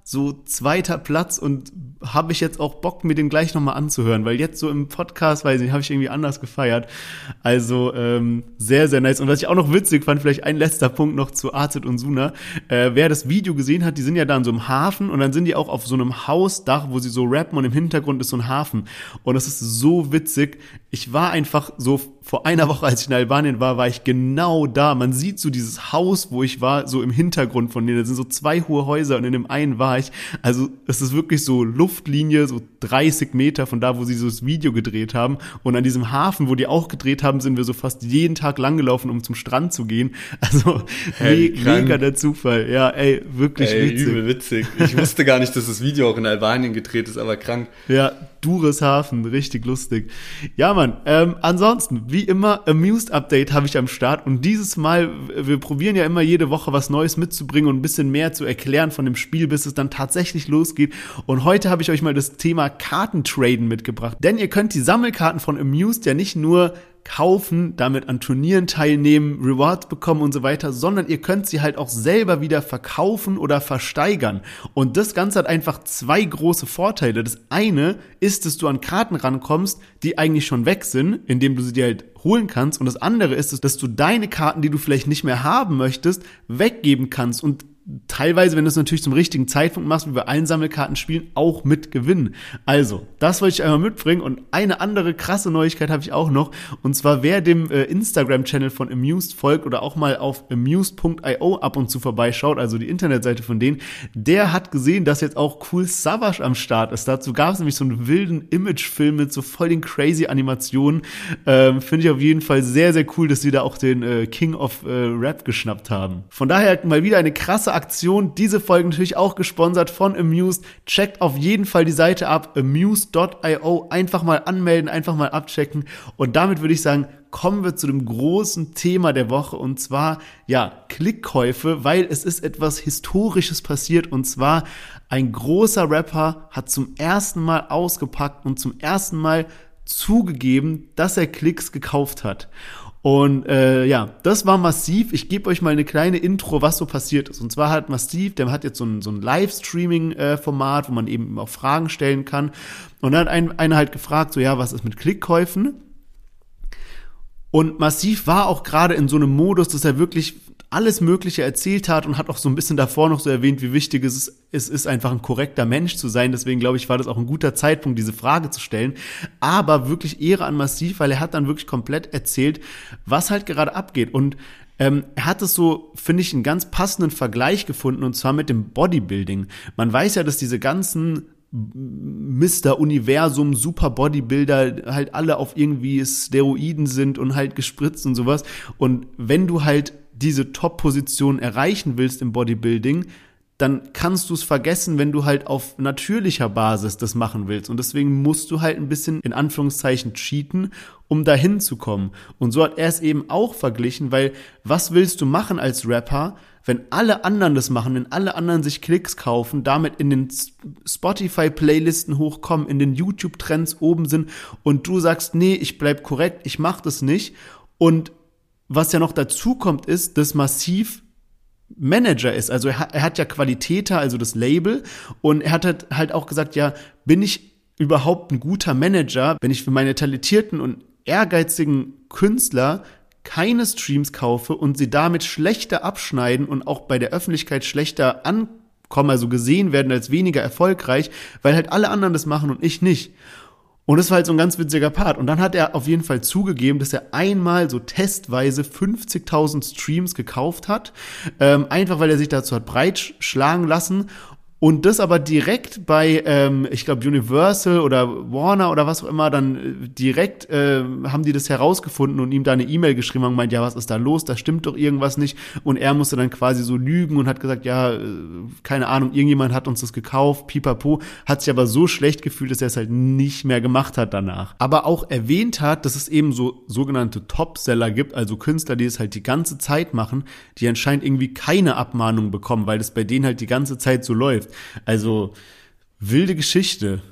so zweiter Platz und habe ich jetzt auch Bock, mir den gleich nochmal anzuhören, weil jetzt so im Podcast, weiß ich nicht, habe ich irgendwie anders gefeiert. Also ähm, sehr, sehr nice. Und was ich auch noch witzig fand, vielleicht ein letzter Punkt noch zu Artet und Suna. Äh, wer das Video gesehen hat, die sind ja da in so einem Hafen und dann sind die auch auf so einem Hausdach, wo sie so rappen und im Hintergrund ist so ein Hafen. Und das ist so witzig. Ich war einfach so vor einer Woche, als ich in Albanien war, war ich genau da. Man sieht so dieses Haus, wo ich war, so im Hintergrund von denen. Da sind so zwei hohe Häuser und in dem einen war ich. Also es ist wirklich so Luftlinie, so dreißig Meter von da, wo sie so das Video gedreht haben. Und an diesem Hafen, wo die auch gedreht haben, sind wir so fast jeden Tag langgelaufen, um zum Strand zu gehen. Also hey, me- mega der Zufall. Ja, ey, wirklich ey, witzig. Übel witzig. Ich wusste gar nicht, dass das Video auch in Albanien gedreht ist, aber krank. Ja, Dures Hafen, richtig lustig. Ja, Mann, ähm, ansonsten, wie immer, Amused Update habe ich am Start und dieses Mal, wir probieren ja immer jede Woche was Neues mitzubringen und ein bisschen mehr zu erklären von dem Spiel, bis es dann tatsächlich losgeht. Und heute habe ich euch mal das Thema Kartentraden mitgebracht, denn ihr könnt die Sammelkarten von Amused ja nicht nur kaufen, damit an Turnieren teilnehmen, Rewards bekommen und so weiter, sondern ihr könnt sie halt auch selber wieder verkaufen oder versteigern. Und das Ganze hat einfach zwei große Vorteile. Das eine ist, dass du an Karten rankommst, die eigentlich schon weg sind, indem du sie dir halt holen kannst. Und das andere ist, dass du deine Karten, die du vielleicht nicht mehr haben möchtest, weggeben kannst und teilweise, wenn du es natürlich zum richtigen Zeitpunkt machst, wie bei allen Sammelkartenspielen, auch mit gewinnen. Also, das wollte ich einmal mitbringen und eine andere krasse Neuigkeit habe ich auch noch und zwar, wer dem äh, Instagram-Channel von Amused folgt oder auch mal auf amused punkt io ab und zu vorbeischaut, also die Internetseite von denen, der hat gesehen, dass jetzt auch Cool Savage am Start ist. Dazu gab es nämlich so einen wilden Imagefilm mit so voll den crazy Animationen. Ähm, finde ich auf jeden Fall sehr, sehr cool, dass sie da auch den äh, King of äh, Rap geschnappt haben. Von daher mal wieder eine krasse Aktion. Diese Folge natürlich auch gesponsert von Amused. Checkt auf jeden Fall die Seite ab, amused punkt io. Einfach mal anmelden, einfach mal abchecken. Und damit würde ich sagen, kommen wir zu dem großen Thema der Woche und zwar, ja, Klickkäufe, weil es ist etwas Historisches passiert und zwar ein großer Rapper hat zum ersten Mal ausgepackt und zum ersten Mal zugegeben, dass er Klicks gekauft hat. Und äh, ja, das war Massiv. Ich gebe euch mal eine kleine Intro, was so passiert ist. Und zwar hat Massiv, der hat jetzt so ein, so ein Livestreaming-Format, wo man eben auch Fragen stellen kann. Und dann hat ein, einer halt gefragt, so ja, was ist mit Klickkäufen? Und Massiv war auch gerade in so einem Modus, dass er wirklich alles Mögliche erzählt hat und hat auch so ein bisschen davor noch so erwähnt, wie wichtig es ist, es ist einfach ein korrekter Mensch zu sein. Deswegen glaube ich, war das auch ein guter Zeitpunkt, diese Frage zu stellen. Aber wirklich Ehre an Massiv, weil er hat dann wirklich komplett erzählt, was halt gerade abgeht. Und ähm, er hat es so, finde ich, einen ganz passenden Vergleich gefunden und zwar mit dem Bodybuilding. Man weiß ja, dass diese ganzen Mister Universum, Super Bodybuilder halt alle auf irgendwie Steroiden sind und halt gespritzt und sowas. Und wenn du halt diese Top-Position erreichen willst im Bodybuilding, dann kannst du es vergessen, wenn du halt auf natürlicher Basis das machen willst. Und deswegen musst du halt ein bisschen in Anführungszeichen cheaten, um dahin zu kommen. Und so hat er es eben auch verglichen, weil was willst du machen als Rapper, wenn alle anderen das machen, wenn alle anderen sich Klicks kaufen, damit in den Spotify-Playlisten hochkommen, in den YouTube-Trends oben sind und du sagst, nee, ich bleib korrekt, ich mach das nicht. Und was ja noch dazu kommt, ist, dass Massiv Manager ist. Also er hat, er hat ja Qualitäter, also das Label, und er hat halt auch gesagt, ja, bin ich überhaupt ein guter Manager, wenn ich für meine talentierten und ehrgeizigen Künstler keine Streams kaufe und sie damit schlechter abschneiden und auch bei der Öffentlichkeit schlechter ankommen, also gesehen werden als weniger erfolgreich, weil halt alle anderen das machen und ich nicht. Und das war halt so ein ganz witziger Part. Und dann hat er auf jeden Fall zugegeben, dass er einmal so testweise fünfzigtausend Streams gekauft hat, ähm, einfach weil er sich dazu hat breitschlagen lassen. Und das aber direkt bei, ähm, ich glaube, Universal oder Warner oder was auch immer, dann äh, direkt äh, haben die das herausgefunden und ihm da eine E-Mail geschrieben und gemeint, ja, was ist da los, da stimmt doch irgendwas nicht. Und er musste dann quasi so lügen und hat gesagt, ja, äh, keine Ahnung, irgendjemand hat uns das gekauft, pipapo, hat sich aber so schlecht gefühlt, dass er es halt nicht mehr gemacht hat danach. Aber auch erwähnt hat, dass es eben so sogenannte Topseller gibt, also Künstler, die es halt die ganze Zeit machen, die anscheinend irgendwie keine Abmahnung bekommen, weil das bei denen halt die ganze Zeit so läuft. Also, wilde Geschichte.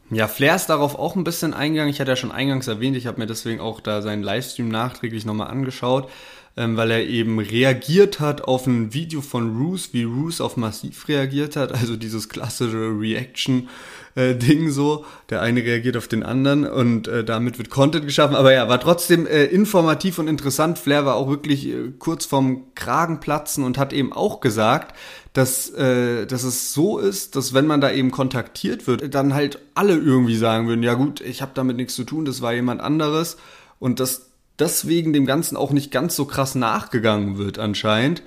Ja, Flair ist darauf auch ein bisschen eingegangen. Ich hatte ja schon eingangs erwähnt, ich habe mir deswegen auch da seinen Livestream nachträglich nochmal angeschaut, ähm, weil er eben reagiert hat auf ein Video von Roos, wie Roos auf Massiv reagiert hat, also dieses klassische Reaction-Ding so, der eine reagiert auf den anderen und äh, damit wird Content geschaffen, aber ja, war trotzdem äh, informativ und interessant. Flair war auch wirklich äh, kurz vorm Kragenplatzen und hat eben auch gesagt, dass, äh, dass es so ist, dass wenn man da eben kontaktiert wird, dann halt alle irgendwie sagen würden, ja gut, ich habe damit nichts zu tun, das war jemand anderes und dass deswegen dem Ganzen auch nicht ganz so krass nachgegangen wird anscheinend.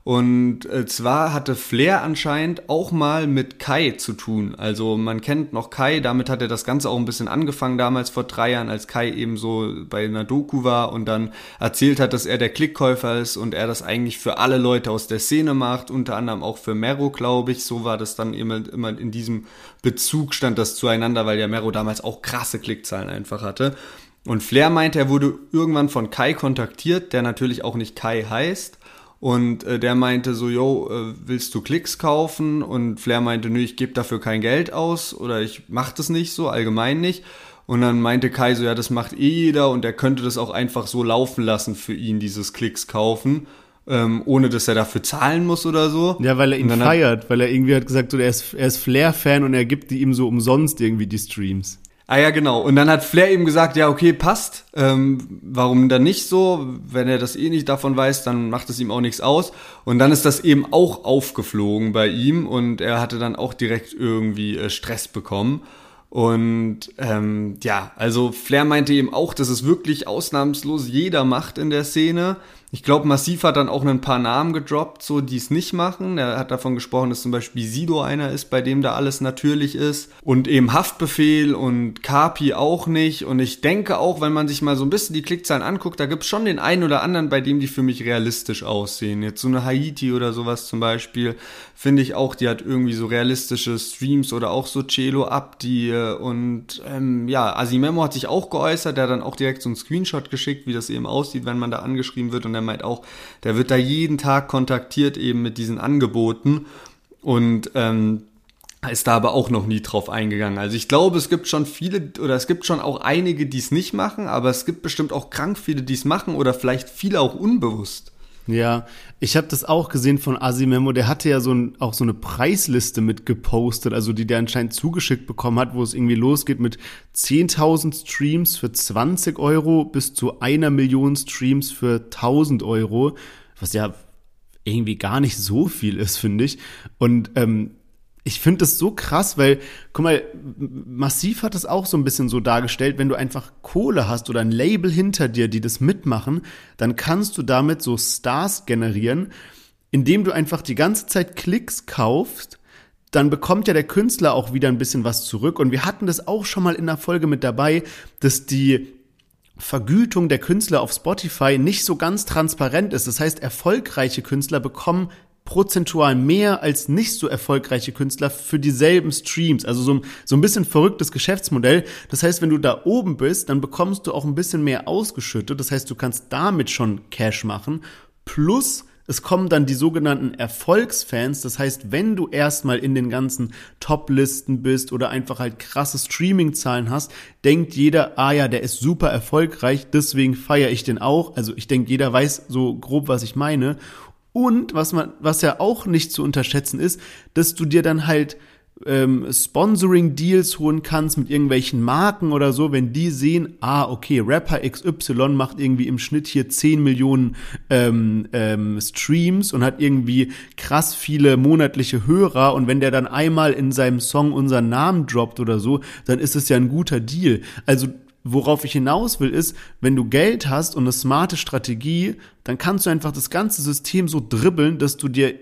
Und äh, zwar hatte Flair anscheinend auch mal mit Kai zu tun. Also man kennt noch Kai, damit hat er das Ganze auch ein bisschen angefangen damals vor drei Jahren, als Kai eben so bei einer Doku war und dann erzählt hat, dass er der Klickkäufer ist und er das eigentlich für alle Leute aus der Szene macht, unter anderem auch für Mero, glaube ich. So war das dann immer, immer in diesem Bezug stand das zueinander, weil ja Mero damals auch krasse Klickzahlen einfach hatte. Und Flair meinte, er wurde irgendwann von Kai kontaktiert, der natürlich auch nicht Kai heißt. Und äh, der meinte so, yo, äh, willst du Klicks kaufen? Und Flair meinte, nö, ich gebe dafür kein Geld aus oder ich mach das nicht so, allgemein nicht. Und dann meinte Kai so, ja, das macht eh jeder und er könnte das auch einfach so laufen lassen für ihn, dieses Klicks kaufen, ähm, ohne dass er dafür zahlen muss oder so. Ja, weil er ihn feiert, hat, weil er irgendwie hat gesagt, so, er ist, er ist Flair-Fan und er gibt die ihm so umsonst irgendwie die Streams. Ah ja, genau. Und dann hat Flair eben gesagt, ja, okay, passt. Ähm, warum dann nicht so? Wenn er das eh nicht davon weiß, dann macht es ihm auch nichts aus. Und dann ist das eben auch aufgeflogen bei ihm und er hatte dann auch direkt irgendwie äh, Stress bekommen. Und ähm, ja, also Flair meinte eben auch, dass es wirklich ausnahmslos jeder macht in der Szene. Ich glaube, Massiv hat dann auch ein paar Namen gedroppt, so die es nicht machen. Er hat davon gesprochen, dass zum Beispiel Sido einer ist, bei dem da alles natürlich ist. Und eben Haftbefehl und Kapi auch nicht. Und ich denke auch, wenn man sich mal so ein bisschen die Klickzahlen anguckt, da gibt's schon den einen oder anderen, bei dem die für mich realistisch aussehen. Jetzt so eine Haiti oder sowas zum Beispiel, finde ich auch, die hat irgendwie so realistische Streams oder auch so Celo Abdi. Und ähm, ja, Asimemo hat sich auch geäußert, der hat dann auch direkt so einen Screenshot geschickt, wie das eben aussieht, wenn man da angeschrieben wird. Und der meint auch, der wird da jeden Tag kontaktiert eben mit diesen Angeboten und ähm, ist da aber auch noch nie drauf eingegangen. Also ich glaube, es gibt schon viele oder es gibt schon auch einige, die es nicht machen, aber es gibt bestimmt auch krank viele, die es machen oder vielleicht viele auch unbewusst. Ja, ich habe das auch gesehen von Asimemo, der hatte ja so ein, auch so eine Preisliste mit gepostet, also die der anscheinend zugeschickt bekommen hat, wo es irgendwie losgeht mit zehntausend Streams für zwanzig Euro bis zu einer Million Streams für tausend Euro, was ja irgendwie gar nicht so viel ist, finde ich. Und ähm, ich finde das so krass, weil, guck mal, Massiv hat das auch so ein bisschen so dargestellt, wenn du einfach Kohle hast oder ein Label hinter dir, die das mitmachen, dann kannst du damit so Stars generieren, indem du einfach die ganze Zeit Klicks kaufst, dann bekommt ja der Künstler auch wieder ein bisschen was zurück. Und wir hatten das auch schon mal in der Folge mit dabei, dass die Vergütung der Künstler auf Spotify nicht so ganz transparent ist. Das heißt, erfolgreiche Künstler bekommen prozentual mehr als nicht so erfolgreiche Künstler für dieselben Streams. Also so, so ein bisschen verrücktes Geschäftsmodell. Das heißt, wenn du da oben bist, dann bekommst du auch ein bisschen mehr ausgeschüttet. Das heißt, du kannst damit schon Cash machen. Plus, es kommen dann die sogenannten Erfolgsfans. Das heißt, wenn du erstmal in den ganzen Top-Listen bist oder einfach halt krasse Streaming-Zahlen hast, denkt jeder, ah ja, der ist super erfolgreich, deswegen feiere ich den auch. Also ich denke, jeder weiß so grob, was ich meine. Und was man, was ja auch nicht zu unterschätzen ist, dass du dir dann halt ähm, Sponsoring-Deals holen kannst mit irgendwelchen Marken oder so, wenn die sehen, ah, okay, Rapper X Y macht irgendwie im Schnitt hier zehn Millionen ähm, ähm, Streams und hat irgendwie krass viele monatliche Hörer und wenn der dann einmal in seinem Song unseren Namen droppt oder so, dann ist es ja ein guter Deal. Also worauf ich hinaus will, ist, wenn du Geld hast und eine smarte Strategie, dann kannst du einfach das ganze System so dribbeln, dass du dir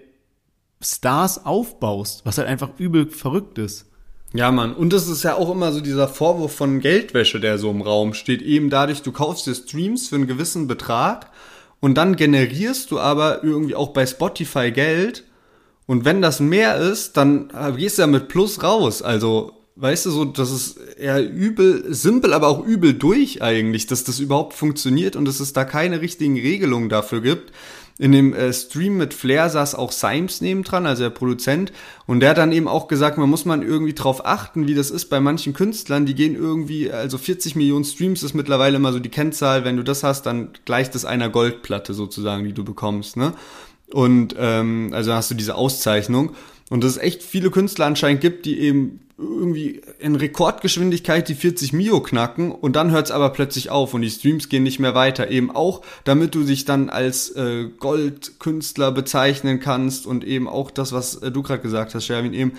Stars aufbaust, was halt einfach übel verrückt ist. Ja, Mann. Und das ist ja auch immer so dieser Vorwurf von Geldwäsche, der so im Raum steht. Eben dadurch, du kaufst dir Streams für einen gewissen Betrag und dann generierst du aber irgendwie auch bei Spotify Geld. Und wenn das mehr ist, dann gehst du ja mit Plus raus. Also weißt du, so, das ist eher übel, simpel, aber auch übel durch eigentlich, dass das überhaupt funktioniert und dass es da keine richtigen Regelungen dafür gibt. in dem äh, Stream mit Flair saß auch Symes nebendran, also der Produzent, und der hat dann eben auch gesagt, man muss man irgendwie drauf achten, wie das ist bei manchen Künstlern, die gehen irgendwie, also vierzig Millionen Streams ist mittlerweile immer so die Kennzahl, wenn du das hast, dann gleicht es einer Goldplatte sozusagen, die du bekommst, ne? Und ähm, also hast du diese Auszeichnung, und dass es echt viele Künstler anscheinend gibt, die eben irgendwie in Rekordgeschwindigkeit die vierzig Mio knacken, und dann hört es aber plötzlich auf und die Streams gehen nicht mehr weiter. Eben auch, damit du dich dann als äh, Goldkünstler bezeichnen kannst, und eben auch das, was äh, du gerade gesagt hast, Sherwin, eben,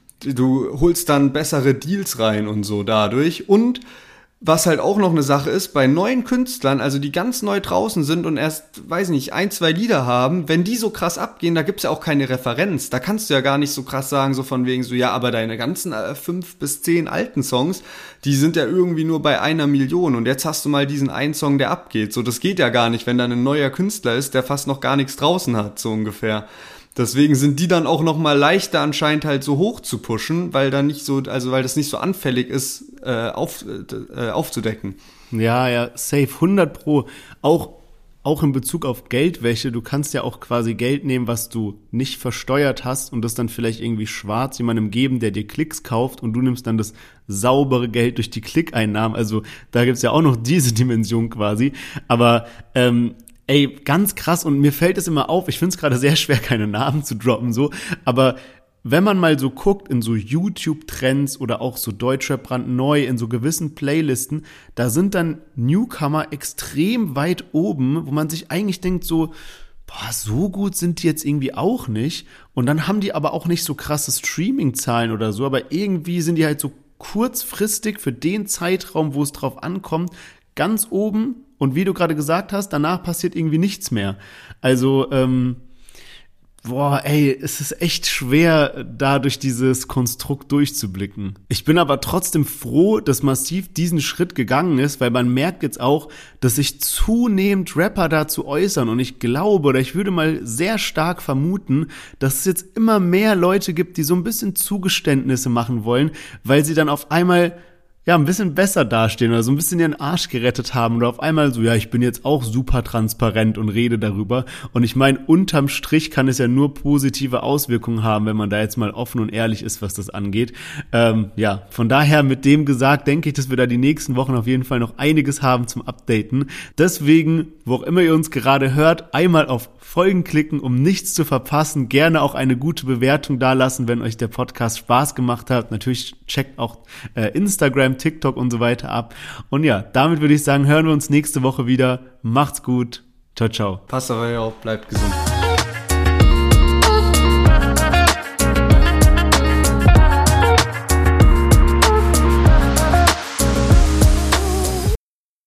du holst dann bessere Deals rein und so dadurch. Und was halt auch noch eine Sache ist, bei neuen Künstlern, also die ganz neu draußen sind und erst, weiß nicht, ein, zwei Lieder haben, wenn die so krass abgehen, da gibt's ja auch keine Referenz. Da kannst du ja gar nicht so krass sagen, so von wegen so, ja, aber deine ganzen äh, fünf bis zehn alten Songs, die sind ja irgendwie nur bei einer Million, und jetzt hast du mal diesen einen Song, der abgeht. So, das geht ja gar nicht, wenn da ein neuer Künstler ist, der fast noch gar nichts draußen hat, so ungefähr. Deswegen sind die dann auch noch mal leichter anscheinend halt so hoch zu pushen, weil da nicht so, also weil das nicht so anfällig ist, äh, auf, äh, aufzudecken. Ja, ja, safe, hundert Pro. Auch, auch in Bezug auf Geldwäsche, du kannst ja auch quasi Geld nehmen, was du nicht versteuert hast, und das dann vielleicht irgendwie schwarz jemandem geben, der dir Klicks kauft, und du nimmst dann das saubere Geld durch die Klickeinnahmen. Also da gibt's ja auch noch diese Dimension quasi. Aber ähm, ey, ganz krass, und mir fällt es immer auf, ich find's gerade sehr schwer, keine Namen zu droppen, so, aber wenn man mal so guckt in so YouTube-Trends oder auch so Deutschrap brandneu, in so gewissen Playlisten, da sind dann Newcomer extrem weit oben, wo man sich eigentlich denkt so, boah, so gut sind die jetzt irgendwie auch nicht, und dann haben die aber auch nicht so krasse Streaming-Zahlen oder so, aber irgendwie sind die halt so kurzfristig für den Zeitraum, wo es drauf ankommt, ganz oben. Und wie du gerade gesagt hast, danach passiert irgendwie nichts mehr. Also, ähm, boah, ey, es ist echt schwer, da durch dieses Konstrukt durchzublicken. Ich bin aber trotzdem froh, dass Massiv diesen Schritt gegangen ist, weil man merkt jetzt auch, dass sich zunehmend Rapper dazu äußern. Und ich glaube, oder ich würde mal sehr stark vermuten, dass es jetzt immer mehr Leute gibt, die so ein bisschen Zugeständnisse machen wollen, weil sie dann auf einmal ja, ein bisschen besser dastehen oder so ein bisschen ihren Arsch gerettet haben oder auf einmal so, ja, ich bin jetzt auch super transparent und rede darüber. Und ich meine, unterm Strich kann es ja nur positive Auswirkungen haben, wenn man da jetzt mal offen und ehrlich ist, was das angeht. Ähm, ja, von daher mit dem gesagt, denke ich, dass wir da die nächsten Wochen auf jeden Fall noch einiges haben zum Updaten. Deswegen, wo auch immer ihr uns gerade hört, einmal auf Folgen klicken, um nichts zu verpassen. Gerne auch eine gute Bewertung dalassen, wenn euch der Podcast Spaß gemacht hat. Natürlich checkt auch äh, Instagram, TikTok und so weiter ab. Und ja, damit würde ich sagen, hören wir uns nächste Woche wieder. Macht's gut. Ciao, ciao. Passt aber ja auch, bleibt gesund.